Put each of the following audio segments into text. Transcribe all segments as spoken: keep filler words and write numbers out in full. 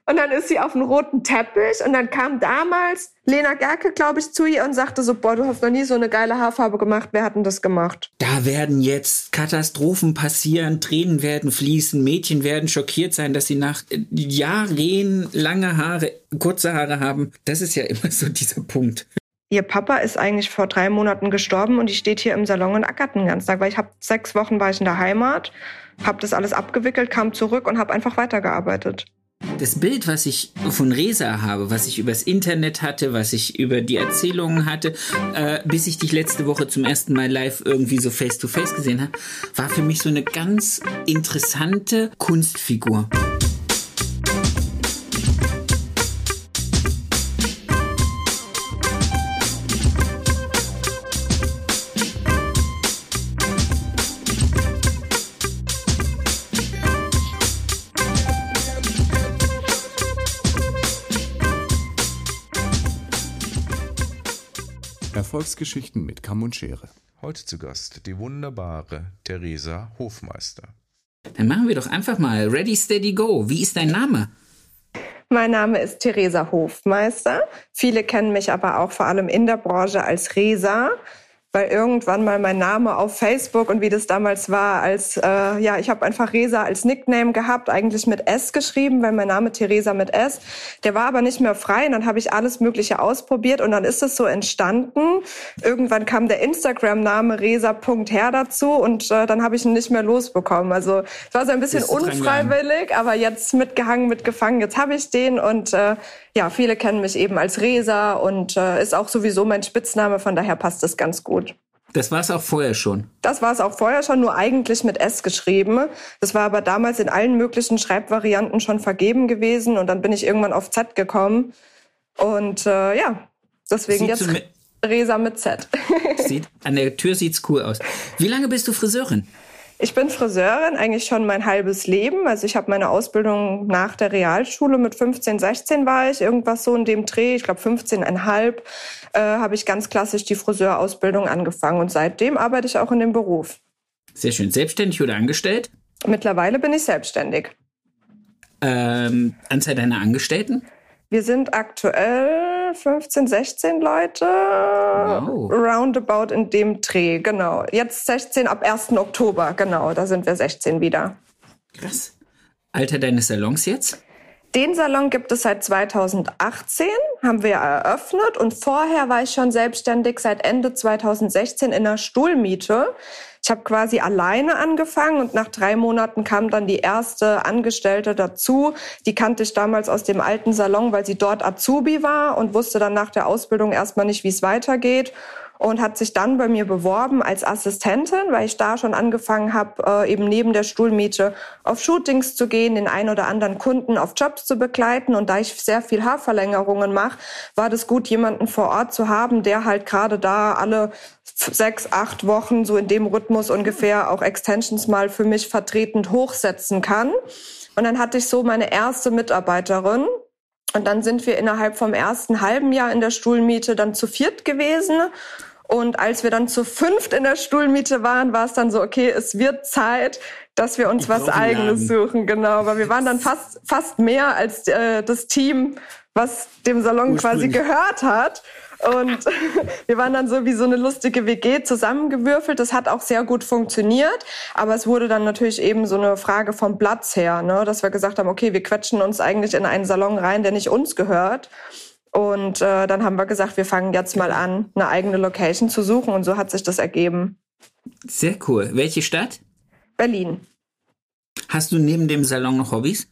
Und dann ist sie auf den roten Teppich und dann kam damals Lena Gerke, glaube ich, zu ihr und sagte so, boah, du hast noch nie so eine geile Haarfarbe gemacht, wer hat denn das gemacht? Da werden jetzt Katastrophen passieren, Tränen werden fließen, Mädchen werden schockiert sein, dass sie nach Jahren lange Haare, kurze Haare haben. Das ist ja immer so dieser Punkt. Ihr Papa ist eigentlich vor drei Monaten gestorben und die steht hier im Salon und ackert den ganzen Tag, weil ich habe sechs Wochen war ich in der Heimat, habe das alles abgewickelt, kam zurück und habe einfach weitergearbeitet. Das Bild, was ich von Reza habe, was ich übers Internet hatte, was ich über die Erzählungen hatte, äh, bis ich dich letzte Woche zum ersten Mal live irgendwie so face-to-face gesehen habe, war für mich so eine ganz interessante Kunstfigur. Erfolgsgeschichten mit Kamm und Schere. Heute zu Gast die wunderbare Theresa Hofmeister. Dann machen wir doch einfach mal Ready, Steady, Go. Wie ist dein Name? Mein Name ist Theresa Hofmeister. Viele kennen mich aber auch vor allem in der Branche als Resa, weil irgendwann mal mein Name auf Facebook und wie das damals war, als äh, ja, ich habe einfach Resa als Nickname gehabt, eigentlich mit S geschrieben, weil mein Name Theresa mit S, der war aber nicht mehr frei und dann habe ich alles Mögliche ausprobiert und dann ist es so entstanden. Irgendwann kam der Instagram-Name Resa.her dazu und äh, dann habe ich ihn nicht mehr losbekommen. Also es war so ein bisschen unfreiwillig, aber jetzt mitgehangen, mitgefangen, jetzt habe ich den und äh, ja, viele kennen mich eben als Resa und äh, ist auch sowieso mein Spitzname, von daher passt das ganz gut. Das war es auch vorher schon? Das war es auch vorher schon, nur eigentlich mit S geschrieben. Das war aber damals in allen möglichen Schreibvarianten schon vergeben gewesen und dann bin ich irgendwann auf Z gekommen und äh, ja, deswegen jetzt mit Resa mit Z. Sieht, an der Tür sieht's cool aus. Wie lange bist du Friseurin? Ich bin Friseurin eigentlich schon mein halbes Leben. Also ich habe meine Ausbildung nach der Realschule mit fünfzehn, sechzehn war ich, irgendwas so in dem Dreh. Ich glaube fünfzehn Komma fünf äh, habe ich ganz klassisch die Friseurausbildung angefangen. Und seitdem arbeite ich auch in dem Beruf. Sehr schön. Selbstständig oder angestellt? Mittlerweile bin ich selbstständig. Ähm, Anzahl deiner Angestellten? Wir sind aktuell fünfzehn, sechzehn Leute, wow. Roundabout in dem Dreh, genau. Jetzt sechzehn ab ersten Oktober, genau, da sind wir sechzehn wieder. Krass. Alter deines Salons jetzt? Den Salon gibt es seit zweitausendachtzehn, haben wir eröffnet und vorher war ich schon selbstständig seit Ende zweitausendsechzehn in der Stuhlmiete. Ich habe quasi alleine angefangen und nach drei Monaten kam dann die erste Angestellte dazu. Die kannte ich damals aus dem alten Salon, weil sie dort Azubi war und wusste dann nach der Ausbildung erstmal nicht, wie es weitergeht. Und hat sich dann bei mir beworben als Assistentin, weil ich da schon angefangen habe, eben neben der Stuhlmiete auf Shootings zu gehen, den einen oder anderen Kunden auf Jobs zu begleiten. Und da ich sehr viel Haarverlängerungen mache, war das gut, jemanden vor Ort zu haben, der halt gerade da alle sechs, acht Wochen, so in dem Rhythmus ungefähr, auch Extensions mal für mich vertretend hochsetzen kann. Und dann hatte ich so meine erste Mitarbeiterin. Und dann sind wir innerhalb vom ersten halben Jahr in der Stuhlmiete dann zu viert gewesen. Und als wir dann zu fünft in der Stuhlmiete waren, war es dann so, okay, es wird Zeit, dass wir uns ich was Eigenes suchen. Genau, weil wir waren dann fast fast mehr als äh, das Team, was dem Salon quasi gehört hat. Und wir waren dann so wie so eine lustige W G zusammengewürfelt. Das hat auch sehr gut funktioniert. Aber es wurde dann natürlich eben so eine Frage vom Platz her, ne? Dass wir gesagt haben, okay, wir quetschen uns eigentlich in einen Salon rein, der nicht uns gehört. Und äh, dann haben wir gesagt, wir fangen jetzt mal an, eine eigene Location zu suchen. Und so hat sich das ergeben. Sehr cool. Welche Stadt? Berlin. Hast du neben dem Salon noch Hobbys?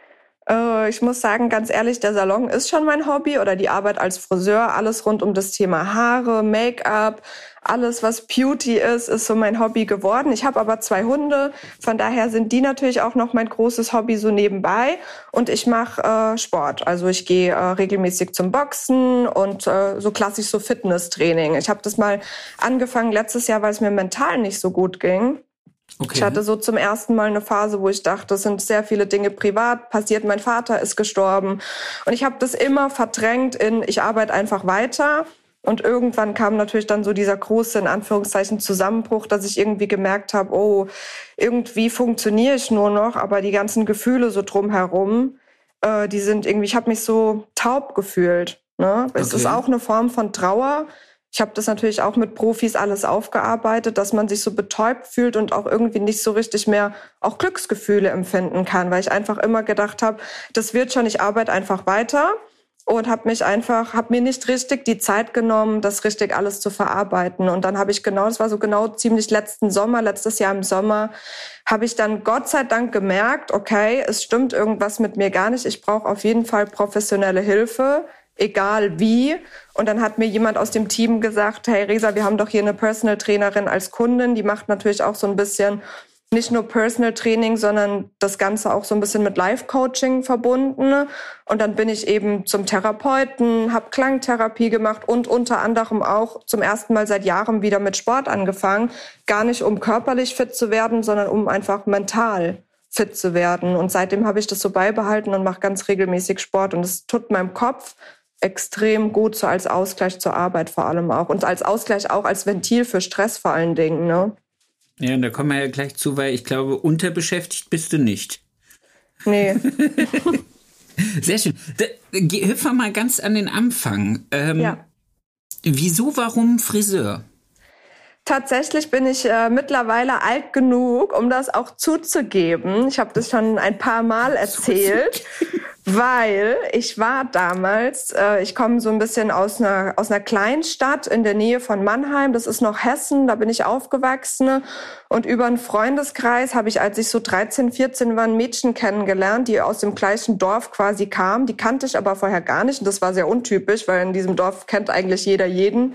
Ich muss sagen, ganz ehrlich, der Salon ist schon mein Hobby oder die Arbeit als Friseur. Alles rund um das Thema Haare, Make-up, alles, was Beauty ist, ist so mein Hobby geworden. Ich habe aber zwei Hunde, von daher sind die natürlich auch noch mein großes Hobby so nebenbei. Und ich mache äh, Sport, also ich gehe äh, regelmäßig zum Boxen und äh, so klassisch so Fitnesstraining. Ich habe das mal angefangen letztes Jahr, weil es mir mental nicht so gut ging. Okay. Ich hatte so zum ersten Mal eine Phase, wo ich dachte, es sind sehr viele Dinge privat passiert. Mein Vater ist gestorben. Und ich habe das immer verdrängt in, ich arbeite einfach weiter. Und irgendwann kam natürlich dann so dieser große, in Anführungszeichen, Zusammenbruch, dass ich irgendwie gemerkt habe, oh, irgendwie funktioniere ich nur noch, aber die ganzen Gefühle so drumherum, äh, die sind irgendwie, ich habe mich so taub gefühlt. Ne? Es Okay. ist auch eine Form von Trauer. Ich habe das natürlich auch mit Profis alles aufgearbeitet, dass man sich so betäubt fühlt und auch irgendwie nicht so richtig mehr auch Glücksgefühle empfinden kann, weil ich einfach immer gedacht habe, das wird schon, ich arbeite einfach weiter und habe mich einfach, habe mir nicht richtig die Zeit genommen, das richtig alles zu verarbeiten. Und dann habe ich genau, das war so genau ziemlich letzten Sommer, letztes Jahr im Sommer, habe ich dann Gott sei Dank gemerkt, okay, es stimmt irgendwas mit mir gar nicht, ich brauche auf jeden Fall professionelle Hilfe, egal wie. Und dann hat mir jemand aus dem Team gesagt, hey Resa, wir haben doch hier eine Personal Trainerin als Kundin, die macht natürlich auch so ein bisschen nicht nur Personal Training, sondern das Ganze auch so ein bisschen mit Life-Coaching verbunden. Und dann bin ich eben zum Therapeuten, habe Klangtherapie gemacht und unter anderem auch zum ersten Mal seit Jahren wieder mit Sport angefangen. Gar nicht, um körperlich fit zu werden, sondern um einfach mental fit zu werden. Und seitdem habe ich das so beibehalten und mache ganz regelmäßig Sport. Und es tut meinem Kopf extrem gut, so als Ausgleich zur Arbeit vor allem auch. Und als Ausgleich auch als Ventil für Stress vor allen Dingen, ne? Ja, und da kommen wir ja gleich zu, weil ich glaube, unterbeschäftigt bist du nicht. Nee. Sehr schön. Da, hüpfen wir mal ganz an den Anfang. Ähm, Ja. Wieso, warum Friseur? Tatsächlich bin ich äh, mittlerweile alt genug, um das auch zuzugeben. Ich habe das schon ein paar Mal erzählt, weil ich war damals, äh, ich komme so ein bisschen aus einer aus einer Kleinstadt in der Nähe von Mannheim. Das ist noch Hessen, da bin ich aufgewachsen. Und über einen Freundeskreis habe ich, als ich so dreizehn, vierzehn war, ein Mädchen kennengelernt, die aus dem gleichen Dorf quasi kam. Die kannte ich aber vorher gar nicht und das war sehr untypisch, weil in diesem Dorf kennt eigentlich jeder jeden.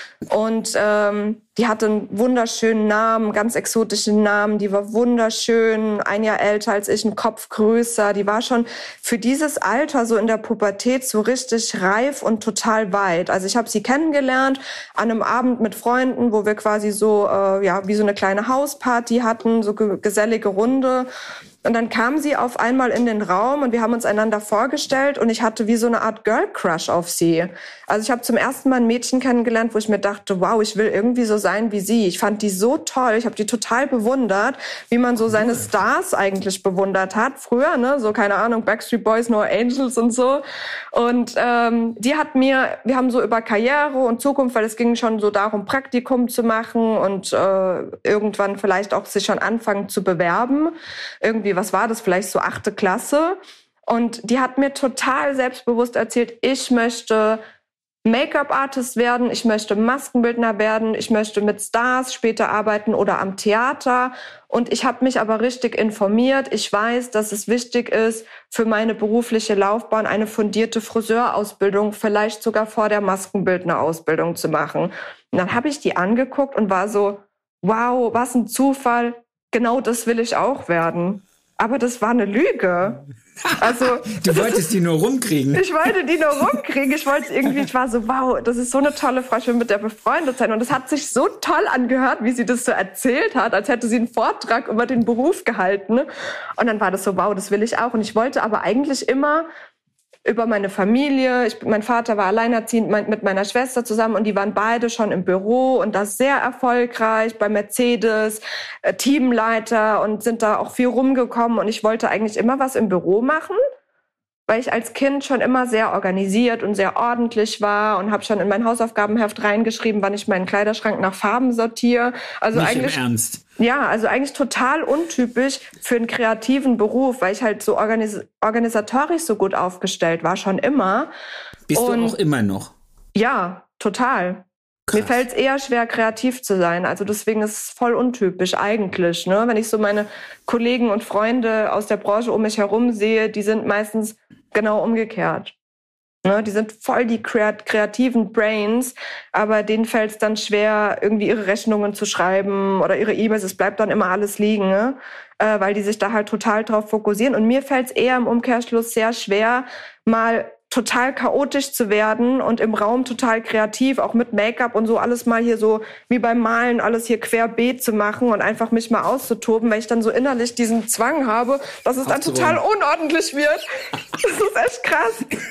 Und ähm, die hatte einen wunderschönen Namen, ganz exotischen Namen. Die war wunderschön, ein Jahr älter als ich, ein Kopf größer. Die war schon für dieses Alter so in der Pubertät so richtig reif und total weit. Also ich habe sie kennengelernt an einem Abend mit Freunden, wo wir quasi so äh, ja wie so eine kleine Hausparty hatten, so ge- gesellige Runde. Und dann kam sie auf einmal in den Raum und wir haben uns einander vorgestellt und ich hatte wie so eine Art Girl-Crush auf sie. Also ich habe zum ersten Mal ein Mädchen kennengelernt, wo ich mir dachte, wow, ich will irgendwie so sein wie sie. Ich fand die so toll, ich habe die total bewundert, wie man so seine Stars eigentlich bewundert hat früher, ne? So keine Ahnung, Backstreet Boys, No Angels und so. Und ähm, die hat mir, wir haben so über Karriere und Zukunft, weil es ging schon so darum, Praktikum zu machen und äh, irgendwann vielleicht auch sich schon anfangen zu bewerben. Irgendwie, was war das, vielleicht so achte Klasse. Und die hat mir total selbstbewusst erzählt, ich möchte Make-up-Artist werden, ich möchte Maskenbildner werden, ich möchte mit Stars später arbeiten oder am Theater. Und ich habe mich aber richtig informiert. Ich weiß, dass es wichtig ist, für meine berufliche Laufbahn eine fundierte Friseurausbildung, vielleicht sogar vor der Maskenbildner-Ausbildung zu machen. Und dann habe ich die angeguckt und war so, wow, was ein Zufall, genau das will ich auch werden. Aber das war eine Lüge. Also, Du wolltest die nur rumkriegen. ich wollte die nur rumkriegen. Ich wollte irgendwie, ich war so, wow, das ist so eine tolle Frau, ich will mit der befreundet sein. Und es hat sich so toll angehört, wie sie das so erzählt hat, als hätte sie einen Vortrag über den Beruf gehalten. Und dann war das so, wow, das will ich auch. Und ich wollte aber eigentlich immer über meine Familie. Ich, mein Vater war alleinerziehend mein, mit meiner Schwester zusammen und die waren beide schon im Büro und das sehr erfolgreich bei Mercedes, äh, Teamleiter und sind da auch viel rumgekommen. Und ich wollte eigentlich immer was im Büro machen, weil ich als Kind schon immer sehr organisiert und sehr ordentlich war und habe schon in mein Hausaufgabenheft reingeschrieben, wann ich meinen Kleiderschrank nach Farben sortiere. Also Nicht eigentlich im Ernst. Ja, also eigentlich total untypisch für einen kreativen Beruf, weil ich halt so organis- organisatorisch so gut aufgestellt war, schon immer. Bist Und du auch immer noch? Ja, total. Krass. Mir fällt es eher schwer, kreativ zu sein. Also deswegen ist es voll untypisch eigentlich. Ne? Wenn ich so meine Kollegen und Freunde aus der Branche um mich herum sehe, die sind meistens genau umgekehrt. Ne? Die sind voll die kreativen Brains, aber denen fällt es dann schwer, irgendwie ihre Rechnungen zu schreiben oder ihre E-Mails. Es bleibt dann immer alles liegen, ne? äh, weil die sich da halt total drauf fokussieren. Und mir fällt es eher im Umkehrschluss sehr schwer, mal total chaotisch zu werden und im Raum total kreativ, auch mit Make-up und so alles mal hier so wie beim Malen alles hier querbeet zu machen und einfach mich mal auszutoben, weil ich dann so innerlich diesen Zwang habe, dass es dann total unordentlich wird. Das ist echt krass.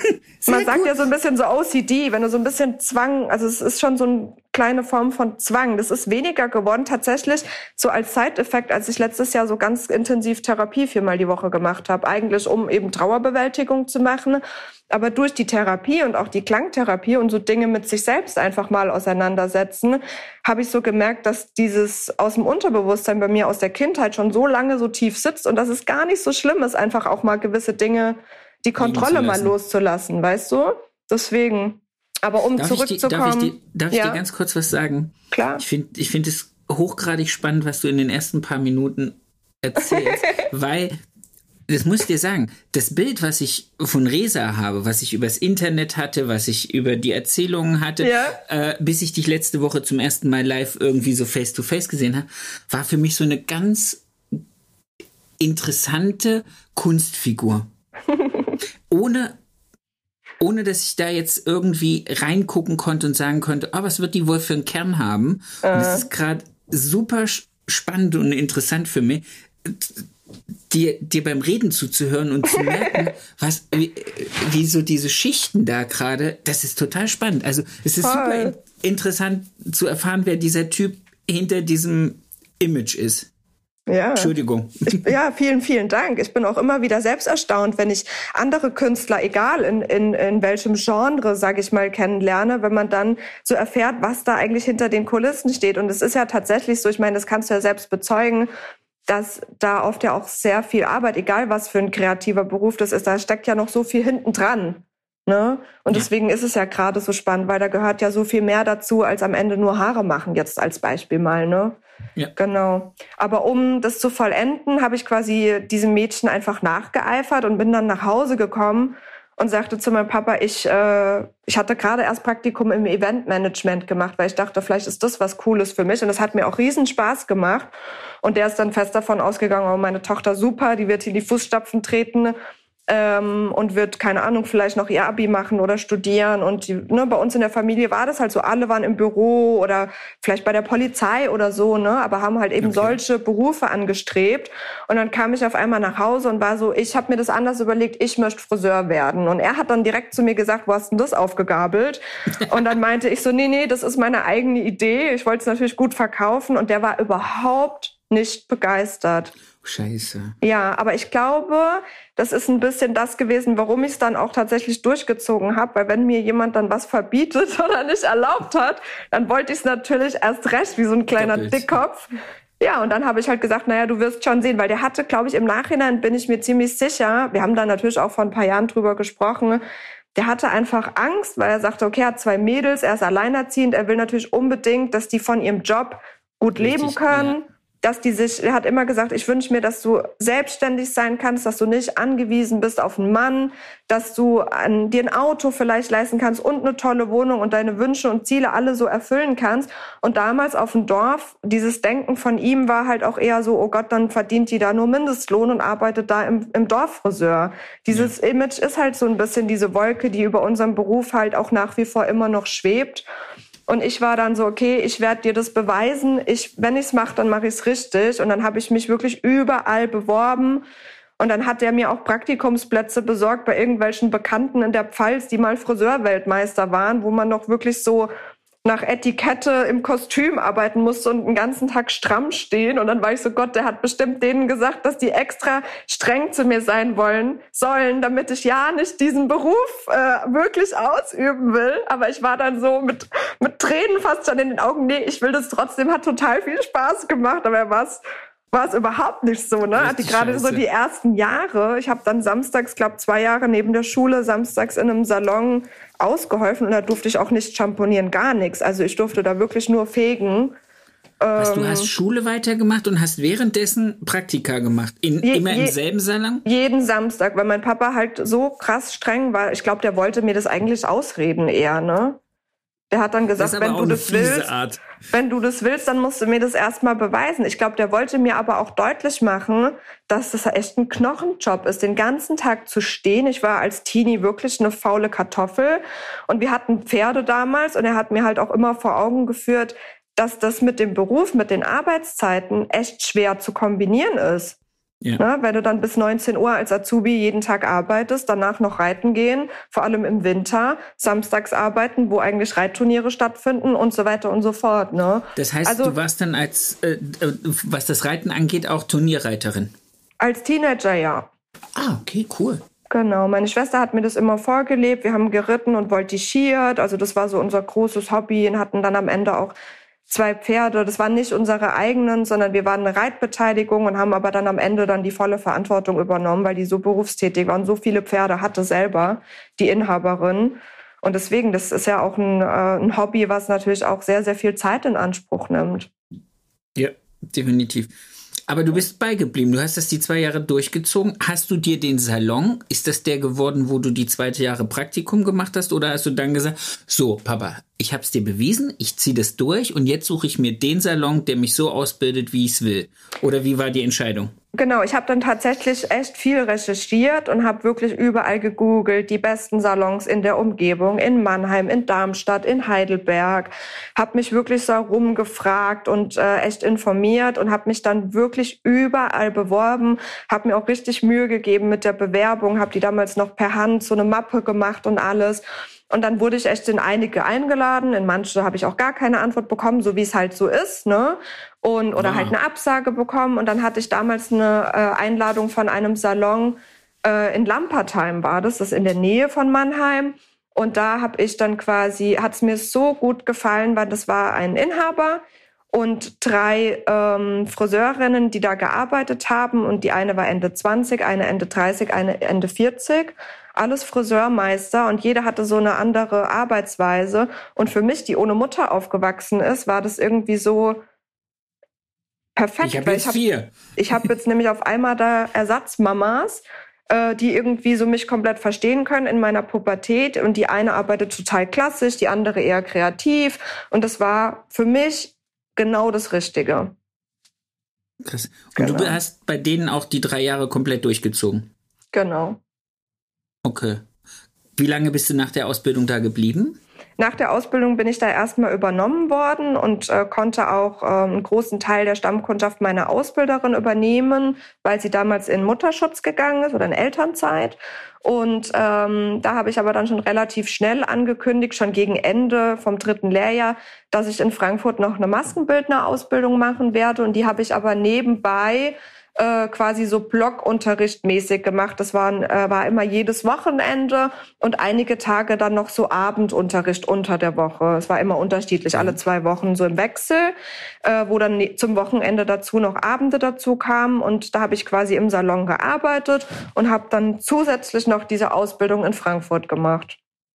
Man sagt ja so ein bisschen so O C D, wenn du so ein bisschen Zwang, also es ist schon so eine kleine Form von Zwang. Das ist weniger geworden tatsächlich so als Side-Effekt, als ich letztes Jahr so ganz intensiv Therapie viermal die Woche gemacht habe. Eigentlich um eben Trauerbewältigung zu machen. Aber durch die Therapie und auch die Klangtherapie und so Dinge mit sich selbst einfach mal auseinandersetzen, habe ich so gemerkt, dass dieses aus dem Unterbewusstsein bei mir aus der Kindheit schon so lange so tief sitzt und dass es gar nicht so schlimm ist, einfach auch mal gewisse Dinge, die Kontrolle mal loszulassen, weißt du? Deswegen. Aber um darf zurückzukommen... Ich die, darf ich, die, darf ja? ich dir ganz kurz was sagen? Klar. Ich finde ich find es hochgradig spannend, was du in den ersten paar Minuten erzählst, weil, das muss ich dir sagen, das Bild, was ich von Resa habe, was ich übers Internet hatte, was ich über die Erzählungen hatte, ja? äh, bis ich dich letzte Woche zum ersten Mal live irgendwie so face-to-face gesehen habe, war für mich so eine ganz interessante Kunstfigur. Ohne, ohne dass ich da jetzt irgendwie reingucken konnte und sagen konnte, ah, was wird die wohl für einen Kern haben? Äh. Und das ist gerade super spannend und interessant für mich, dir, dir beim Reden zuzuhören und zu merken, was, wie, wie so diese Schichten da gerade, das ist total spannend. Also es ist Voll. super in, interessant zu erfahren, wer dieser Typ hinter diesem Image ist. Ja. Entschuldigung. Ich, ja, vielen, vielen Dank. Ich bin auch immer wieder selbst erstaunt, wenn ich andere Künstler, egal in, in, in welchem Genre, sage ich mal, kennenlerne, wenn man dann so erfährt, was da eigentlich hinter den Kulissen steht. Und es ist ja tatsächlich so, ich meine, das kannst du ja selbst bezeugen, dass da oft ja auch sehr viel Arbeit, egal was für ein kreativer Beruf das ist, da steckt ja noch so viel hinten dran. Ne? Und ja. deswegen ist es ja gerade so spannend, weil da gehört ja so viel mehr dazu, als am Ende nur Haare machen, jetzt als Beispiel mal, ne? Ja. Genau. Aber um das zu vollenden, habe ich quasi diesem Mädchen einfach nachgeeifert und bin dann nach Hause gekommen und sagte zu meinem Papa, ich, äh, ich hatte gerade erst Praktikum im Eventmanagement gemacht, weil ich dachte, vielleicht ist das was Cooles für mich. Und das hat mir auch riesen Spaß gemacht. Und der ist dann fest davon ausgegangen, oh, meine Tochter super, die wird in die Fußstapfen treten. Ähm, und wird, keine Ahnung, vielleicht noch ihr Abi machen oder studieren. Und die, ne, bei uns in der Familie war das halt so, alle waren im Büro oder vielleicht bei der Polizei oder so, ne, aber haben halt eben okay. solche Berufe angestrebt. Und dann kam ich auf einmal nach Hause und war so, ich habe mir das anders überlegt, ich möchte Friseur werden. Und er hat dann direkt zu mir gesagt, wo hast denn das aufgegabelt? Und dann meinte ich so, nee, nee, das ist meine eigene Idee. Ich wollte es natürlich gut verkaufen. Und der war überhaupt nicht begeistert. Scheiße. Ja, aber ich glaube, das ist ein bisschen das gewesen, warum ich es dann auch tatsächlich durchgezogen habe, weil wenn mir jemand dann was verbietet oder nicht erlaubt hat, dann wollte ich es natürlich erst recht, wie so ein kleiner Doppelt. Dickkopf. Ja, und dann habe ich halt gesagt, naja, du wirst schon sehen, weil der hatte, glaube ich, im Nachhinein bin ich mir ziemlich sicher, wir haben da natürlich auch vor ein paar Jahren drüber gesprochen, der hatte einfach Angst, weil er sagte, okay, er hat zwei Mädels, er ist alleinerziehend, er will natürlich unbedingt, dass die von ihrem Job gut Richtig, leben können. Ja. Dass die sich, er hat immer gesagt, ich wünsche mir, dass du selbstständig sein kannst, dass du nicht angewiesen bist auf einen Mann, dass du an, dir ein Auto vielleicht leisten kannst und eine tolle Wohnung und deine Wünsche und Ziele alle so erfüllen kannst. Und damals auf dem Dorf, dieses Denken von ihm war halt auch eher so, oh Gott, dann verdient die da nur Mindestlohn und arbeitet da im, im Dorffriseur. Dieses ja. Image ist halt so ein bisschen diese Wolke, die über unserem Beruf halt auch nach wie vor immer noch schwebt. Und ich war dann so, okay, ich werde dir das beweisen. Ich, wenn ich es mache, dann mache ich es richtig. Und dann habe ich mich wirklich überall beworben. Und dann hat er mir auch Praktikumsplätze besorgt bei irgendwelchen Bekannten in der Pfalz, die mal Friseurweltmeister waren, wo man noch wirklich so nach Etikette im Kostüm arbeiten musste und den ganzen Tag stramm stehen. Und dann war ich so, Gott, der hat bestimmt denen gesagt, dass die extra streng zu mir sein wollen sollen, damit ich ja nicht diesen Beruf äh, wirklich ausüben will. Aber ich war dann so mit, mit Tränen fast schon in den Augen, nee, ich will das trotzdem, hat total viel Spaß gemacht, aber was war es überhaupt nicht so, ne? Hatte gerade so die ersten Jahre. Ich habe dann samstags, glaube zwei Jahre neben der Schule, samstags in einem Salon ausgeholfen und da durfte ich auch nicht schamponieren, gar nichts. Also ich durfte da wirklich nur fegen. Was, du hast Schule weitergemacht und hast währenddessen Praktika gemacht? In, je, immer im je, selben Salon? Jeden Samstag, weil mein Papa halt so krass streng war. Ich glaube, der wollte mir das eigentlich ausreden eher, ne? Der hat dann gesagt, wenn du das willst, Art. wenn du das willst, dann musst du mir das erstmal beweisen. Ich glaube, der wollte mir aber auch deutlich machen, dass das echt ein Knochenjob ist, den ganzen Tag zu stehen. Ich war als Teenie wirklich eine faule Kartoffel und wir hatten Pferde damals und er hat mir halt auch immer vor Augen geführt, dass das mit dem Beruf, mit den Arbeitszeiten echt schwer zu kombinieren ist. Ja. Ne? Wenn du dann bis neunzehn Uhr als Azubi jeden Tag arbeitest, danach noch reiten gehen, vor allem im Winter, samstags arbeiten, wo eigentlich Reitturniere stattfinden und so weiter und so fort. Ne? Das heißt, also, du warst dann als, äh, was das Reiten angeht, auch Turnierreiterin? Als Teenager, ja. Ah, okay, cool. Genau, meine Schwester hat mir das immer vorgelebt. Wir haben geritten und voltigiert. Also das war so unser großes Hobby und hatten dann am Ende auch zwei Pferde. Das waren nicht unsere eigenen, sondern wir waren eine Reitbeteiligung und haben aber dann am Ende dann die volle Verantwortung übernommen, weil die so berufstätig waren, so viele Pferde hatte selber die Inhaberin. Und deswegen, das ist ja auch ein, äh, ein Hobby, was natürlich auch sehr, sehr viel Zeit in Anspruch nimmt. Ja, definitiv. Aber du bist beigeblieben. Du hast das die zwei Jahre durchgezogen. Hast du dir den Salon, ist das der geworden, wo du die zweite Jahre Praktikum gemacht hast? Oder hast du dann gesagt, so, Papa, ich habe es dir bewiesen, ich ziehe das durch und jetzt suche ich mir den Salon, der mich so ausbildet, wie ich es will? Oder wie war die Entscheidung? Genau, ich habe dann tatsächlich echt viel recherchiert und habe wirklich überall gegoogelt, die besten Salons in der Umgebung, in Mannheim, in Darmstadt, in Heidelberg, habe mich wirklich so rumgefragt und äh, echt informiert und habe mich dann wirklich überall beworben, habe mir auch richtig Mühe gegeben mit der Bewerbung, habe die damals noch per Hand so eine Mappe gemacht und alles. Und dann wurde ich echt in einige eingeladen, in manche habe ich auch gar keine Antwort bekommen, so wie es halt so ist, ne? Und oder wow. halt eine Absage bekommen. Und dann hatte ich damals eine äh, Einladung von einem Salon äh, in Lampertheim war das, das ist in der Nähe von Mannheim. Und da habe ich dann quasi, hat es mir so gut gefallen, weil das war ein Inhaber und drei ähm, Friseurinnen, die da gearbeitet haben. Und die eine war Ende zwanzig, eine Ende dreißig, eine Ende vierzig. Alles Friseurmeister und jeder hatte so eine andere Arbeitsweise. Und für mich, die ohne Mutter aufgewachsen ist, war das irgendwie so perfekt. Ich habe jetzt hab, vier. Ich habe jetzt nämlich auf einmal da Ersatzmamas, äh, die irgendwie so mich komplett verstehen können in meiner Pubertät. Und die eine arbeitet total klassisch, die andere eher kreativ. Und das war für mich genau das Richtige. Krass. Und Genau. du hast bei denen auch die drei Jahre komplett durchgezogen? Genau. Okay. Wie lange bist du nach der Ausbildung da geblieben? Nach der Ausbildung bin ich da erstmal übernommen worden und äh, konnte auch äh, einen großen Teil der Stammkundschaft meiner Ausbilderin übernehmen, weil sie damals in Mutterschutz gegangen ist oder in Elternzeit. Und ähm, da habe ich aber dann schon relativ schnell angekündigt, schon gegen Ende vom dritten Lehrjahr, dass ich in Frankfurt noch eine Maskenbildnerausbildung machen werde. Und die habe ich aber nebenbei äh, quasi so Blockunterrichtmäßig gemacht. Das waren, äh, war immer jedes Wochenende und einige Tage dann noch so Abendunterricht unter der Woche. Es war immer unterschiedlich, alle zwei Wochen so im Wechsel, äh, wo dann zum Wochenende dazu noch Abende dazu kamen. Und da habe ich quasi im Salon gearbeitet und habe dann zusätzlich noch diese Ausbildung in Frankfurt gemacht.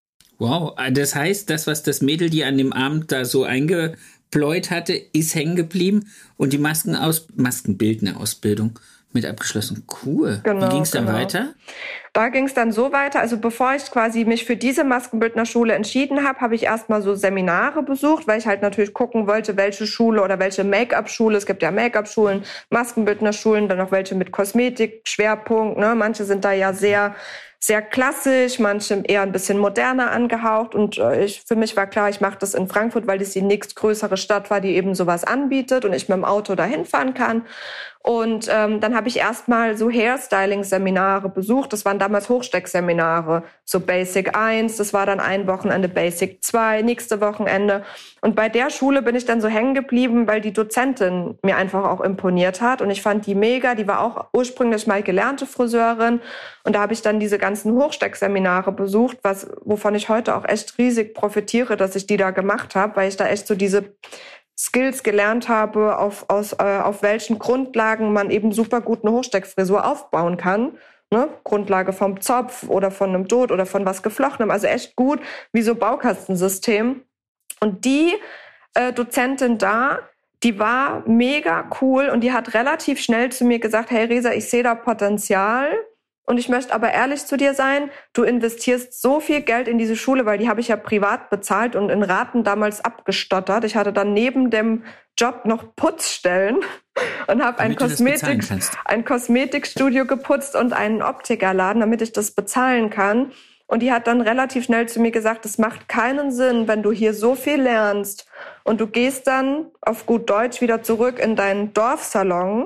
Wow, das heißt, das, was das Mädel dir an dem Abend da so eingepläut hatte, ist hängen geblieben und die Maskenaus- Maskenbildnerausbildung mit abgeschlossen. Cool. Genau, Wie ging es dann genau. weiter? Da ging es dann so weiter, also bevor ich quasi mich für diese Maskenbildnerschule entschieden habe, habe ich erstmal so Seminare besucht, weil ich halt natürlich gucken wollte, welche Schule oder welche Make-up-Schule, es gibt ja Make-up-Schulen, Maskenbildnerschulen, dann noch welche mit Kosmetik-Schwerpunkt, ne? Manche sind da ja sehr sehr klassisch, manche eher ein bisschen moderner angehaucht und äh, ich, für mich war klar, ich mache das in Frankfurt, weil das die nächstgrößere Stadt war, die eben sowas anbietet und ich mit dem Auto dahin fahren kann. Und ähm, dann habe ich erstmal so Hairstyling-Seminare besucht. Das waren damals Hochsteckseminare, so Basic eins, das war dann ein Wochenende Basic zwei, nächste Wochenende. Und bei der Schule bin ich dann so hängen geblieben, weil die Dozentin mir einfach auch imponiert hat. Und ich fand die mega, die war auch ursprünglich mal gelernte Friseurin. Und da habe ich dann diese ganzen Hochsteckseminare besucht, was, wovon ich heute auch echt riesig profitiere, dass ich die da gemacht habe, weil ich da echt so diese Skills gelernt habe, auf, aus, äh, auf welchen Grundlagen man eben super gut eine Hochsteckfrisur aufbauen kann. Ne? Grundlage vom Zopf oder von einem Dot oder von was Geflochtenem. Also echt gut, wie so Baukastensystem. Und die äh, Dozentin da, die war mega cool und die hat relativ schnell zu mir gesagt, hey Resa, ich sehe da Potenzial. Und ich möchte aber ehrlich zu dir sein, du investierst so viel Geld in diese Schule, weil die habe ich ja privat bezahlt und in Raten damals abgestottert. Ich hatte dann neben dem Job noch Putzstellen und habe ein, Kosmetik, ein Kosmetikstudio geputzt und einen Optikerladen, damit ich das bezahlen kann. Und die hat dann relativ schnell zu mir gesagt, es macht keinen Sinn, wenn du hier so viel lernst und du gehst dann auf gut Deutsch wieder zurück in deinen Dorfsalon,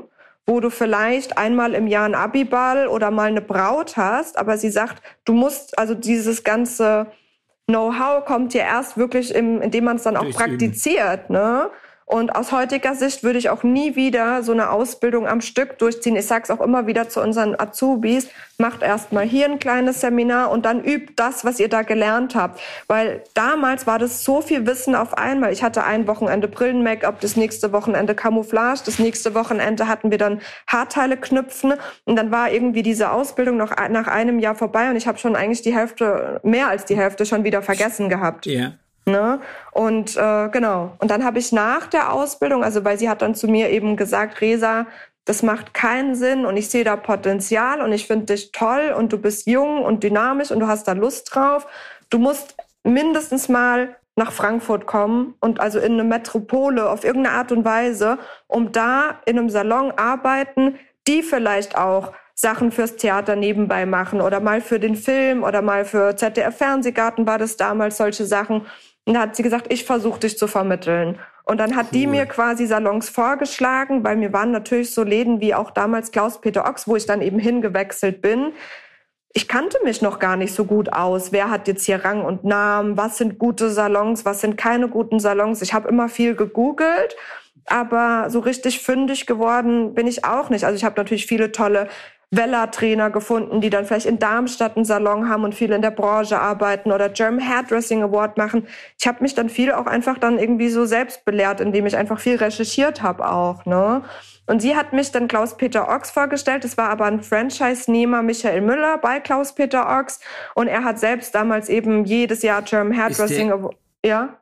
wo du vielleicht einmal im Jahr einen Abiball oder mal eine Braut hast, aber sie sagt, du musst, also dieses ganze Know-how kommt dir erst wirklich, im, indem man es dann auch Durchs praktiziert, ne? Und aus heutiger Sicht würde ich auch nie wieder so eine Ausbildung am Stück durchziehen. Ich sag's auch immer wieder zu unseren Azubis, macht erst mal hier ein kleines Seminar und dann übt das, was ihr da gelernt habt. Weil damals war das so viel Wissen auf einmal. Ich hatte ein Wochenende Brillen-Make-up, das nächste Wochenende Camouflage, das nächste Wochenende hatten wir dann Haarteile knüpfen und dann war irgendwie diese Ausbildung noch nach einem Jahr vorbei und ich habe schon eigentlich die Hälfte, mehr als die Hälfte schon wieder vergessen gehabt. Ja. Ne? Und äh, genau. Und dann habe ich nach der Ausbildung, also weil sie hat dann zu mir eben gesagt, Resa, das macht keinen Sinn und ich sehe da Potenzial und ich finde dich toll und du bist jung und dynamisch und du hast da Lust drauf. Du musst mindestens mal nach Frankfurt kommen und also in eine Metropole auf irgendeine Art und Weise, um da in einem Salon arbeiten, die vielleicht auch Sachen fürs Theater nebenbei machen oder mal für den Film oder mal für Z D F-Fernsehgarten war das damals, solche Sachen. Und da hat sie gesagt, ich versuche dich zu vermitteln. Und dann hat cool. die mir quasi Salons vorgeschlagen, weil mir waren natürlich so Läden wie auch damals Klaus-Peter Ochs, wo ich dann eben hingewechselt bin. Ich kannte mich noch gar nicht so gut aus. Wer hat jetzt hier Rang und Namen? Was sind gute Salons? Was sind keine guten Salons? Ich habe immer viel gegoogelt, aber so richtig fündig geworden bin ich auch nicht. Also ich habe natürlich viele tolle Vella-Trainer gefunden, die dann vielleicht in Darmstadt einen Salon haben und viel in der Branche arbeiten oder German Hairdressing Award machen. Ich habe mich dann viel auch einfach dann irgendwie so selbst belehrt, indem ich einfach viel recherchiert habe auch, ne? Und sie hat mich dann Klaus-Peter Ochs vorgestellt. Das war aber ein Franchise-Nehmer, Michael Müller, bei Klaus-Peter Ochs. Und er hat selbst damals eben jedes Jahr German Hairdressing Award. Ja?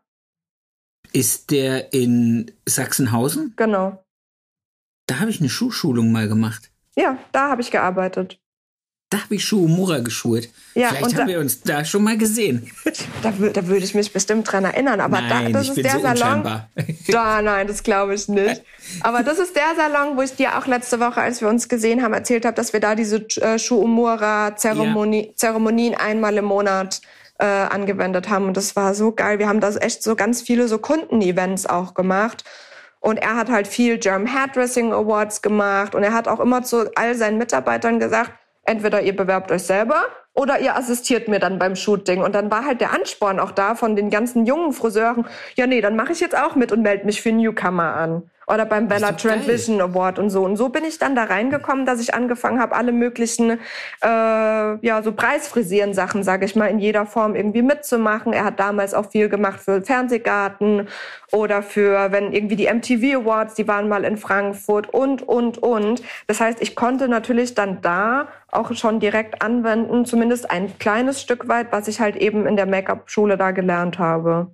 Ist der in Sachsenhausen? Genau. Da habe ich eine Schuhschulung mal gemacht. Ja, da habe ich gearbeitet. Da habe ich Schuhumura geschult. Ja, Vielleicht haben da, wir uns da schon mal gesehen. Da, da würde ich mich bestimmt dran erinnern. Aber nein, da, das ich ist bin der so Salon. Unscheinbar. Da, nein, das glaube ich nicht. Aber das ist der Salon, wo ich dir auch letzte Woche, als wir uns gesehen haben, erzählt habe, dass wir da diese äh, Schuhumura-Zeremonie, ja. Zeremonien einmal im Monat äh, angewendet haben. Und das war so geil. Wir haben da echt so ganz viele so Kundenevents auch gemacht. Und er hat halt viel German Hairdressing Awards gemacht. Und er hat auch immer zu all seinen Mitarbeitern gesagt, entweder ihr bewerbt euch selber oder ihr assistiert mir dann beim Shooting. Und dann war halt der Ansporn auch da von den ganzen jungen Friseuren. Ja, nee, dann mache ich jetzt auch mit und melde mich für Newcomer an. Oder beim Bella Trend Vision Award und so. Und so bin ich dann da reingekommen, dass ich angefangen habe, alle möglichen äh, ja so Preisfrisieren-Sachen, sage ich mal, in jeder Form irgendwie mitzumachen. Er hat damals auch viel gemacht für Fernsehgarten oder für, wenn irgendwie die M T V Awards, die waren mal in Frankfurt und, und, und. Das heißt, ich konnte natürlich dann da auch schon direkt anwenden, zumindest ein kleines Stück weit, was ich halt eben in der Make-up-Schule da gelernt habe.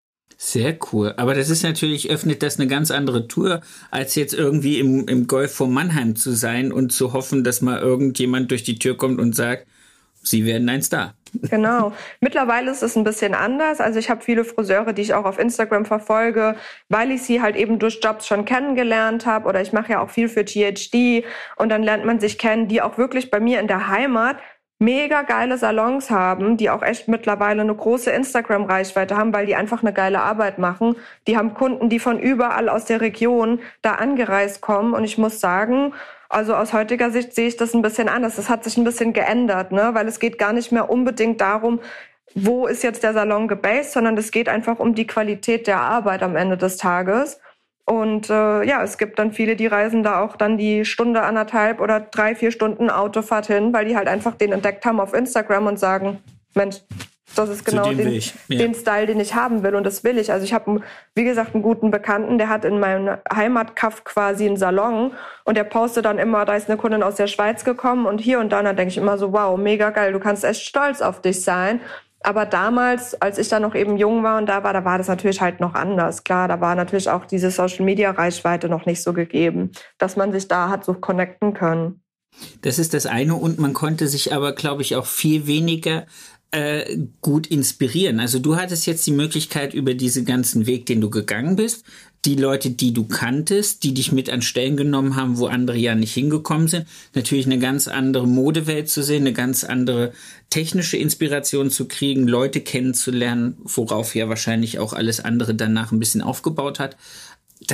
Sehr cool. Aber das ist natürlich, öffnet das eine ganz andere Tour, als jetzt irgendwie im, im Golf von Mannheim zu sein und zu hoffen, dass mal irgendjemand durch die Tür kommt und sagt, Sie werden ein Star. Genau. Mittlerweile ist es ein bisschen anders. Also ich habe viele Friseure, die ich auch auf Instagram verfolge, weil ich sie halt eben durch Jobs schon kennengelernt habe. Oder ich mache ja auch viel für G H D. Und dann lernt man sich kennen, die auch wirklich bei mir in der Heimat mega geile Salons haben, die auch echt mittlerweile eine große Instagram-Reichweite haben, weil die einfach eine geile Arbeit machen. Die haben Kunden, die von überall aus der Region da angereist kommen. Und ich muss sagen, also aus heutiger Sicht sehe ich das ein bisschen anders. Das hat sich ein bisschen geändert, ne? Weil es geht gar nicht mehr unbedingt darum, wo ist jetzt der Salon gebased, sondern es geht einfach um die Qualität der Arbeit am Ende des Tages. Und äh, ja, es gibt dann viele, die reisen da auch dann die Stunde, anderthalb oder drei, vier Stunden Autofahrt hin, weil die halt einfach den entdeckt haben auf Instagram und sagen, Mensch, das ist genau den, ja. den Style, den ich haben will und das will ich. Also ich habe, wie gesagt, einen guten Bekannten, der hat in meinem Heimatkaff quasi einen Salon und der postet dann immer, da ist eine Kundin aus der Schweiz gekommen und hier und da, und dann denke ich immer so, wow, mega geil, du kannst echt stolz auf dich sein. Aber damals, als ich da noch eben jung war und da war, da war das natürlich halt noch anders. Klar, da war natürlich auch diese Social-Media-Reichweite noch nicht so gegeben, dass man sich da hat so connecten können. Das ist das eine und man konnte sich aber, glaube ich, auch viel weniger äh, gut inspirieren. Also du hattest jetzt die Möglichkeit über diesen ganzen Weg, den du gegangen bist, die Leute, die du kanntest, die dich mit an Stellen genommen haben, wo andere ja nicht hingekommen sind, natürlich eine ganz andere Modewelt zu sehen, eine ganz andere technische Inspiration zu kriegen, Leute kennenzulernen, worauf ja wahrscheinlich auch alles andere danach ein bisschen aufgebaut hat. Das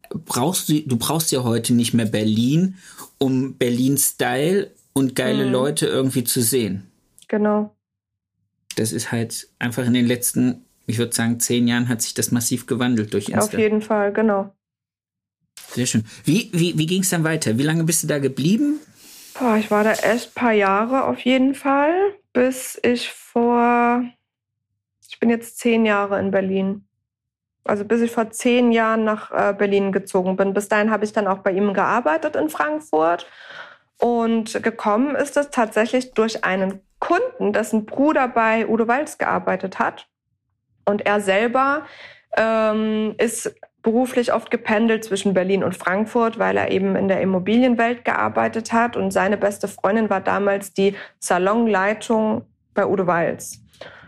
brauchst du, du brauchst ja heute nicht mehr Berlin, um Berlin-Style und geile mhm. Leute irgendwie zu sehen. Genau. Das ist halt einfach in den letzten, ich würde sagen, zehn Jahren hat sich das massiv gewandelt durch Insta. Auf jeden Fall, genau. Sehr schön. Wie, wie, wie ging es dann weiter? Wie lange bist du da geblieben? Boah, ich war da echt ein paar Jahre auf jeden Fall, bis ich vor, ich bin jetzt zehn Jahre in Berlin. Also bis ich vor zehn Jahren nach äh, Berlin gezogen bin. Bis dahin habe ich dann auch bei ihm gearbeitet in Frankfurt. Und gekommen ist es tatsächlich durch einen Kunden, dessen Bruder bei Udo Walz gearbeitet hat. Und er selber ähm, ist beruflich oft gependelt zwischen Berlin und Frankfurt, weil er eben in der Immobilienwelt gearbeitet hat. Und seine beste Freundin war damals die Salonleitung bei Udo Walz.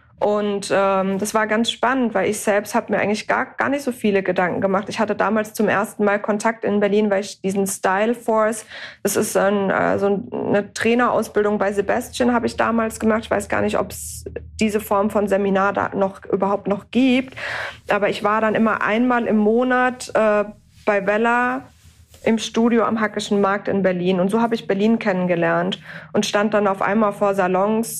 Und ähm, das war ganz spannend, weil ich selbst habe mir eigentlich gar, gar nicht so viele Gedanken gemacht. Ich hatte damals zum ersten Mal Kontakt in Berlin, weil ich diesen Style Force, das ist ein, äh, so eine Trainerausbildung bei Sebastian, habe ich damals gemacht. Ich weiß gar nicht, ob es diese Form von Seminar da noch überhaupt noch gibt. Aber ich war dann immer einmal im Monat äh, bei Vella im Studio am Hackischen Markt in Berlin. Und so habe ich Berlin kennengelernt und stand dann auf einmal vor Salons.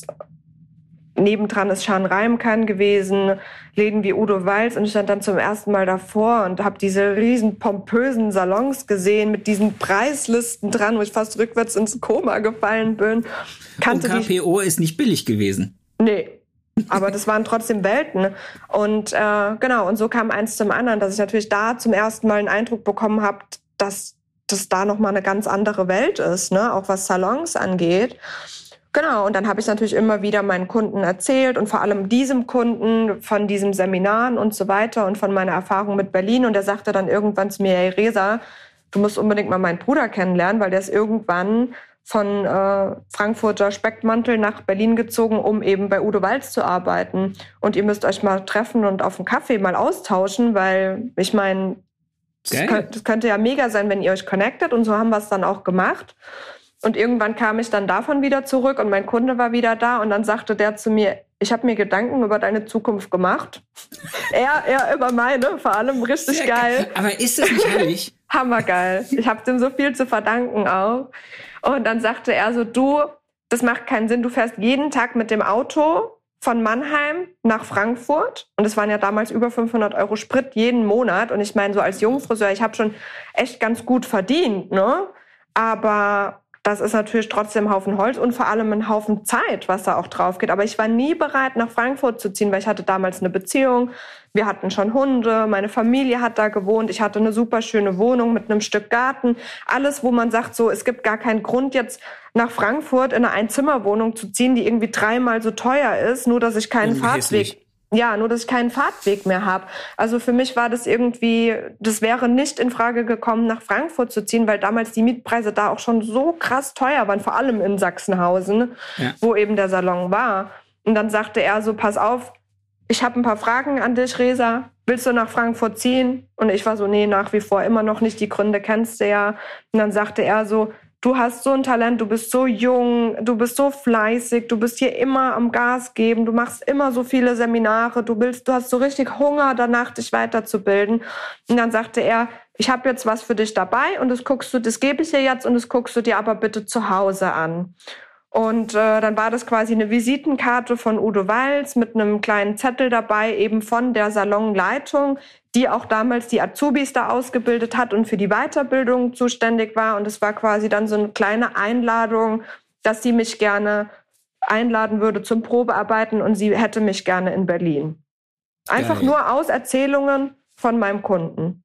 Nebendran ist Schan Reimkan gewesen, Läden wie Udo Walz, und ich stand dann zum ersten Mal davor und habe diese riesen pompösen Salons gesehen mit diesen Preislisten dran, wo ich fast rückwärts ins Koma gefallen bin. Kannte und K P O die... ist nicht billig gewesen. Nee, aber das waren trotzdem Welten. Und äh, genau, und so kam eins zum anderen, dass ich natürlich da zum ersten Mal einen Eindruck bekommen habe, dass das da nochmal eine ganz andere Welt ist, ne? Auch was Salons angeht. Genau, und dann habe ich natürlich immer wieder meinen Kunden erzählt und vor allem diesem Kunden von diesen Seminaren und so weiter und von meiner Erfahrung mit Berlin. Und er sagte dann irgendwann zu mir, hey Resa, du musst unbedingt mal meinen Bruder kennenlernen, weil der ist irgendwann von äh, Frankfurter Speckmantel nach Berlin gezogen, um eben bei Udo Walz zu arbeiten. Und ihr müsst euch mal treffen und auf einen Kaffee mal austauschen, weil ich meine, das, könnt, das könnte ja mega sein, wenn ihr euch connectet. Und so haben wir es dann auch gemacht. Und irgendwann kam ich dann davon wieder zurück und mein Kunde war wieder da und dann sagte der zu mir, ich habe mir Gedanken über deine Zukunft gemacht. er, er über meine, vor allem richtig Sehr geil. geil. Aber ist das nicht herrlich? Hammergeil. Ich habe dem so viel zu verdanken auch. Und dann sagte er so, du, das macht keinen Sinn, du fährst jeden Tag mit dem Auto von Mannheim nach Frankfurt. Und es waren ja damals über fünfhundert Euro Sprit jeden Monat. Und ich meine, so als Jungfriseur, ich habe schon echt ganz gut verdient, ne? Aber das ist natürlich trotzdem ein Haufen Holz und vor allem ein Haufen Zeit, was da auch drauf geht. Aber ich war nie bereit, nach Frankfurt zu ziehen, weil ich hatte damals eine Beziehung. Wir hatten schon Hunde, meine Familie hat da gewohnt. Ich hatte eine super schöne Wohnung mit einem Stück Garten. Alles, wo man sagt, so, es gibt gar keinen Grund, jetzt nach Frankfurt in eine Einzimmerwohnung zu ziehen, die irgendwie dreimal so teuer ist, nur dass ich keinen Fahrtweg... Ja, nur dass ich keinen Fahrtweg mehr habe. Also für mich war das irgendwie, das wäre nicht in Frage gekommen, nach Frankfurt zu ziehen, weil damals die Mietpreise da auch schon so krass teuer waren, vor allem in Sachsenhausen, ja. wo eben der Salon war. Und dann sagte er so, pass auf, ich habe ein paar Fragen an dich, Resa. Willst du nach Frankfurt ziehen? Und ich war so, nee, nach wie vor immer noch nicht. Die Gründe kennst du ja. Und dann sagte er so, du hast so ein Talent, du bist so jung, du bist so fleißig, du bist hier immer am Gas geben, du machst immer so viele Seminare, du willst, du hast so richtig Hunger danach, dich weiterzubilden. Und dann sagte er, ich habe jetzt was für dich dabei und das guckst du, das gebe ich dir jetzt und das guckst du dir aber bitte zu Hause an. Und äh, dann war das quasi eine Visitenkarte von Udo Walz mit einem kleinen Zettel dabei, eben von der Salonleitung, die auch damals die Azubis da ausgebildet hat und für die Weiterbildung zuständig war. Und es war quasi dann so eine kleine Einladung, dass sie mich gerne einladen würde zum Probearbeiten und sie hätte mich gerne in Berlin. Einfach Geil. Nur aus Erzählungen von meinem Kunden.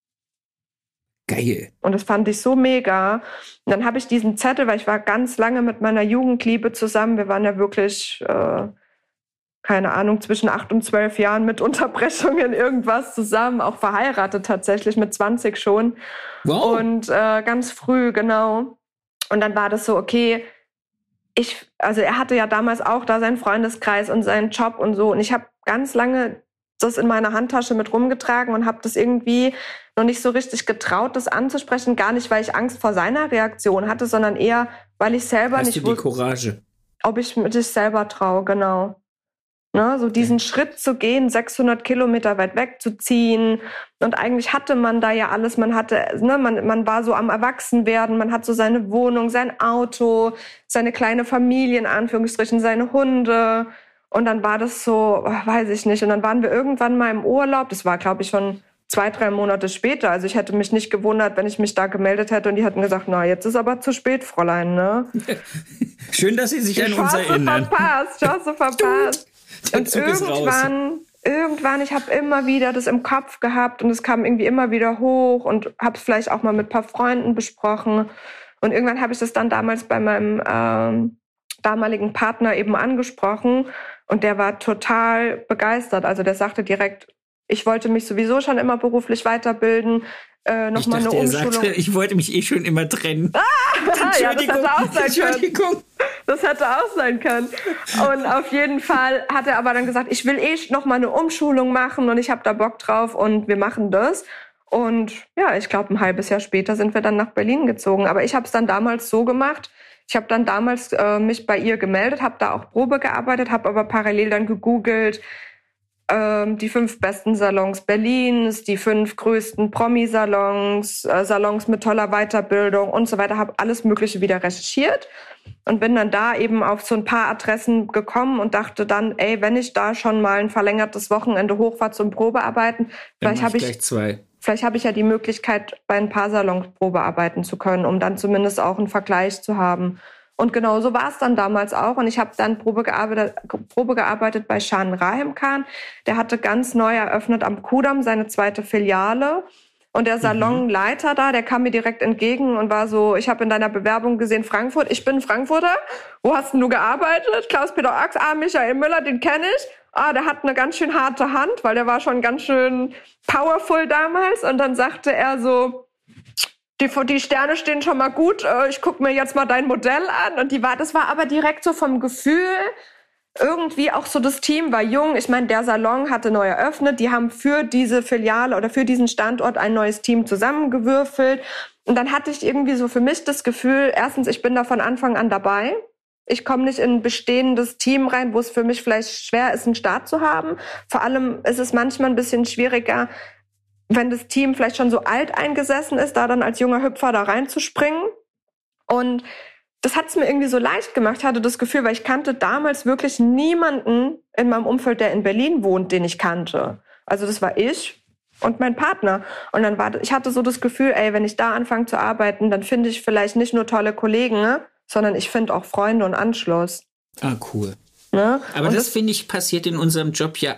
Geil. Und das fand ich so mega. Und dann habe ich diesen Zettel, weil ich war ganz lange mit meiner Jugendliebe zusammen. Wir waren ja wirklich, äh, keine Ahnung, zwischen acht und zwölf Jahren mit Unterbrechungen irgendwas zusammen. Auch verheiratet tatsächlich, mit zwanzig schon. Wow. Und äh, ganz früh, genau. Und dann war das so, okay, ich, also er hatte ja damals auch da seinen Freundeskreis und seinen Job und so. Und ich habe ganz lange das in meiner Handtasche mit rumgetragen und habe das irgendwie noch nicht so richtig getraut, das anzusprechen. Gar nicht, weil ich Angst vor seiner Reaktion hatte, sondern eher, weil ich selber Hast nicht du die Courage? Ob ich mich selber traue, genau. Ne, so diesen ja. Schritt zu gehen, sechshundert Kilometer weit weg zu ziehen. Und eigentlich hatte man da ja alles. Man hatte, ne, man, man war so am Erwachsenwerden. Man hat so seine Wohnung, sein Auto, seine kleine Familie, in Anführungsstrichen, seine Hunde. Und dann war das so, weiß ich nicht. Und dann waren wir irgendwann mal im Urlaub. Das war, glaube ich, schon zwei, drei Monate später. Also ich hätte mich nicht gewundert, wenn ich mich da gemeldet hätte und die hätten gesagt, na, jetzt ist aber zu spät, Fräulein, ne? Schön, dass Sie sich an uns erinnern. Verpasst, Chance verpasst. Und irgendwann, irgendwann, ich habe immer wieder das im Kopf gehabt und es kam irgendwie immer wieder hoch und habe es vielleicht auch mal mit ein paar Freunden besprochen. Und irgendwann habe ich das dann damals bei meinem ähm, damaligen Partner eben angesprochen und der war total begeistert. Also der sagte direkt, ich wollte mich sowieso schon immer beruflich weiterbilden. Äh, noch ich mal dachte, eine Umschulung. Er sagte, ich wollte mich eh schon immer trennen. Ah, ja, das hätte auch sein Entschuldigung. können. Das hätte auch sein können. Und auf jeden Fall hat er aber dann gesagt, ich will eh noch mal eine Umschulung machen und ich habe da Bock drauf und wir machen das. Und ja, ich glaube, ein halbes Jahr später sind wir dann nach Berlin gezogen. Aber ich habe es dann damals so gemacht, ich habe dann damals äh, mich bei ihr gemeldet, habe da auch Probe gearbeitet, habe aber parallel dann gegoogelt, die fünf besten Salons Berlins, die fünf größten Promi-Salons, äh, Salons mit toller Weiterbildung und so weiter, habe alles Mögliche wieder recherchiert und bin dann da eben auf so ein paar Adressen gekommen und dachte dann, ey, wenn ich da schon mal ein verlängertes Wochenende hochfahre zum Probearbeiten, vielleicht habe ich, zwei. vielleicht habe ich ja die Möglichkeit, bei ein paar Salons Probearbeiten zu können, um dann zumindest auch einen Vergleich zu haben. Und genau so war es dann damals auch. Und ich habe dann Probe gearbeitet, Probe gearbeitet bei Şahan Rahimkhan. Der hatte ganz neu eröffnet am Kudamm seine zweite Filiale. Und der Salonleiter da, der kam mir direkt entgegen und war so, ich habe in deiner Bewerbung gesehen, Frankfurt, ich bin Frankfurter. Wo hast denn du gearbeitet? Klaus-Peter Ochs, ah, Michael Müller, den kenne ich. Ah, der hat eine ganz schön harte Hand, weil der war schon ganz schön powerful damals. Und dann sagte er so, Die, die Sterne stehen schon mal gut, ich gucke mir jetzt mal dein Modell an. Und die war, das war aber direkt so vom Gefühl, irgendwie auch so das Team war jung. Ich meine, der Salon hatte neu eröffnet, die haben für diese Filiale oder für diesen Standort ein neues Team zusammengewürfelt. Und dann hatte ich irgendwie so für mich das Gefühl, erstens, ich bin da von Anfang an dabei. Ich komme nicht in ein bestehendes Team rein, wo es für mich vielleicht schwer ist, einen Start zu haben. Vor allem ist es manchmal ein bisschen schwieriger, wenn das Team vielleicht schon so alt eingesessen ist, da dann als junger Hüpfer da reinzuspringen. Und das hat es mir irgendwie so leicht gemacht. Ich hatte das Gefühl, weil ich kannte damals wirklich niemanden in meinem Umfeld, der in Berlin wohnt, den ich kannte. Also das war ich und mein Partner. Und dann war, ich hatte so das Gefühl, ey, wenn ich da anfange zu arbeiten, dann finde ich vielleicht nicht nur tolle Kollegen, ne, sondern ich finde auch Freunde und Anschluss. Ah, cool. Ne? Aber und das, das finde ich, passiert in unserem Job ja.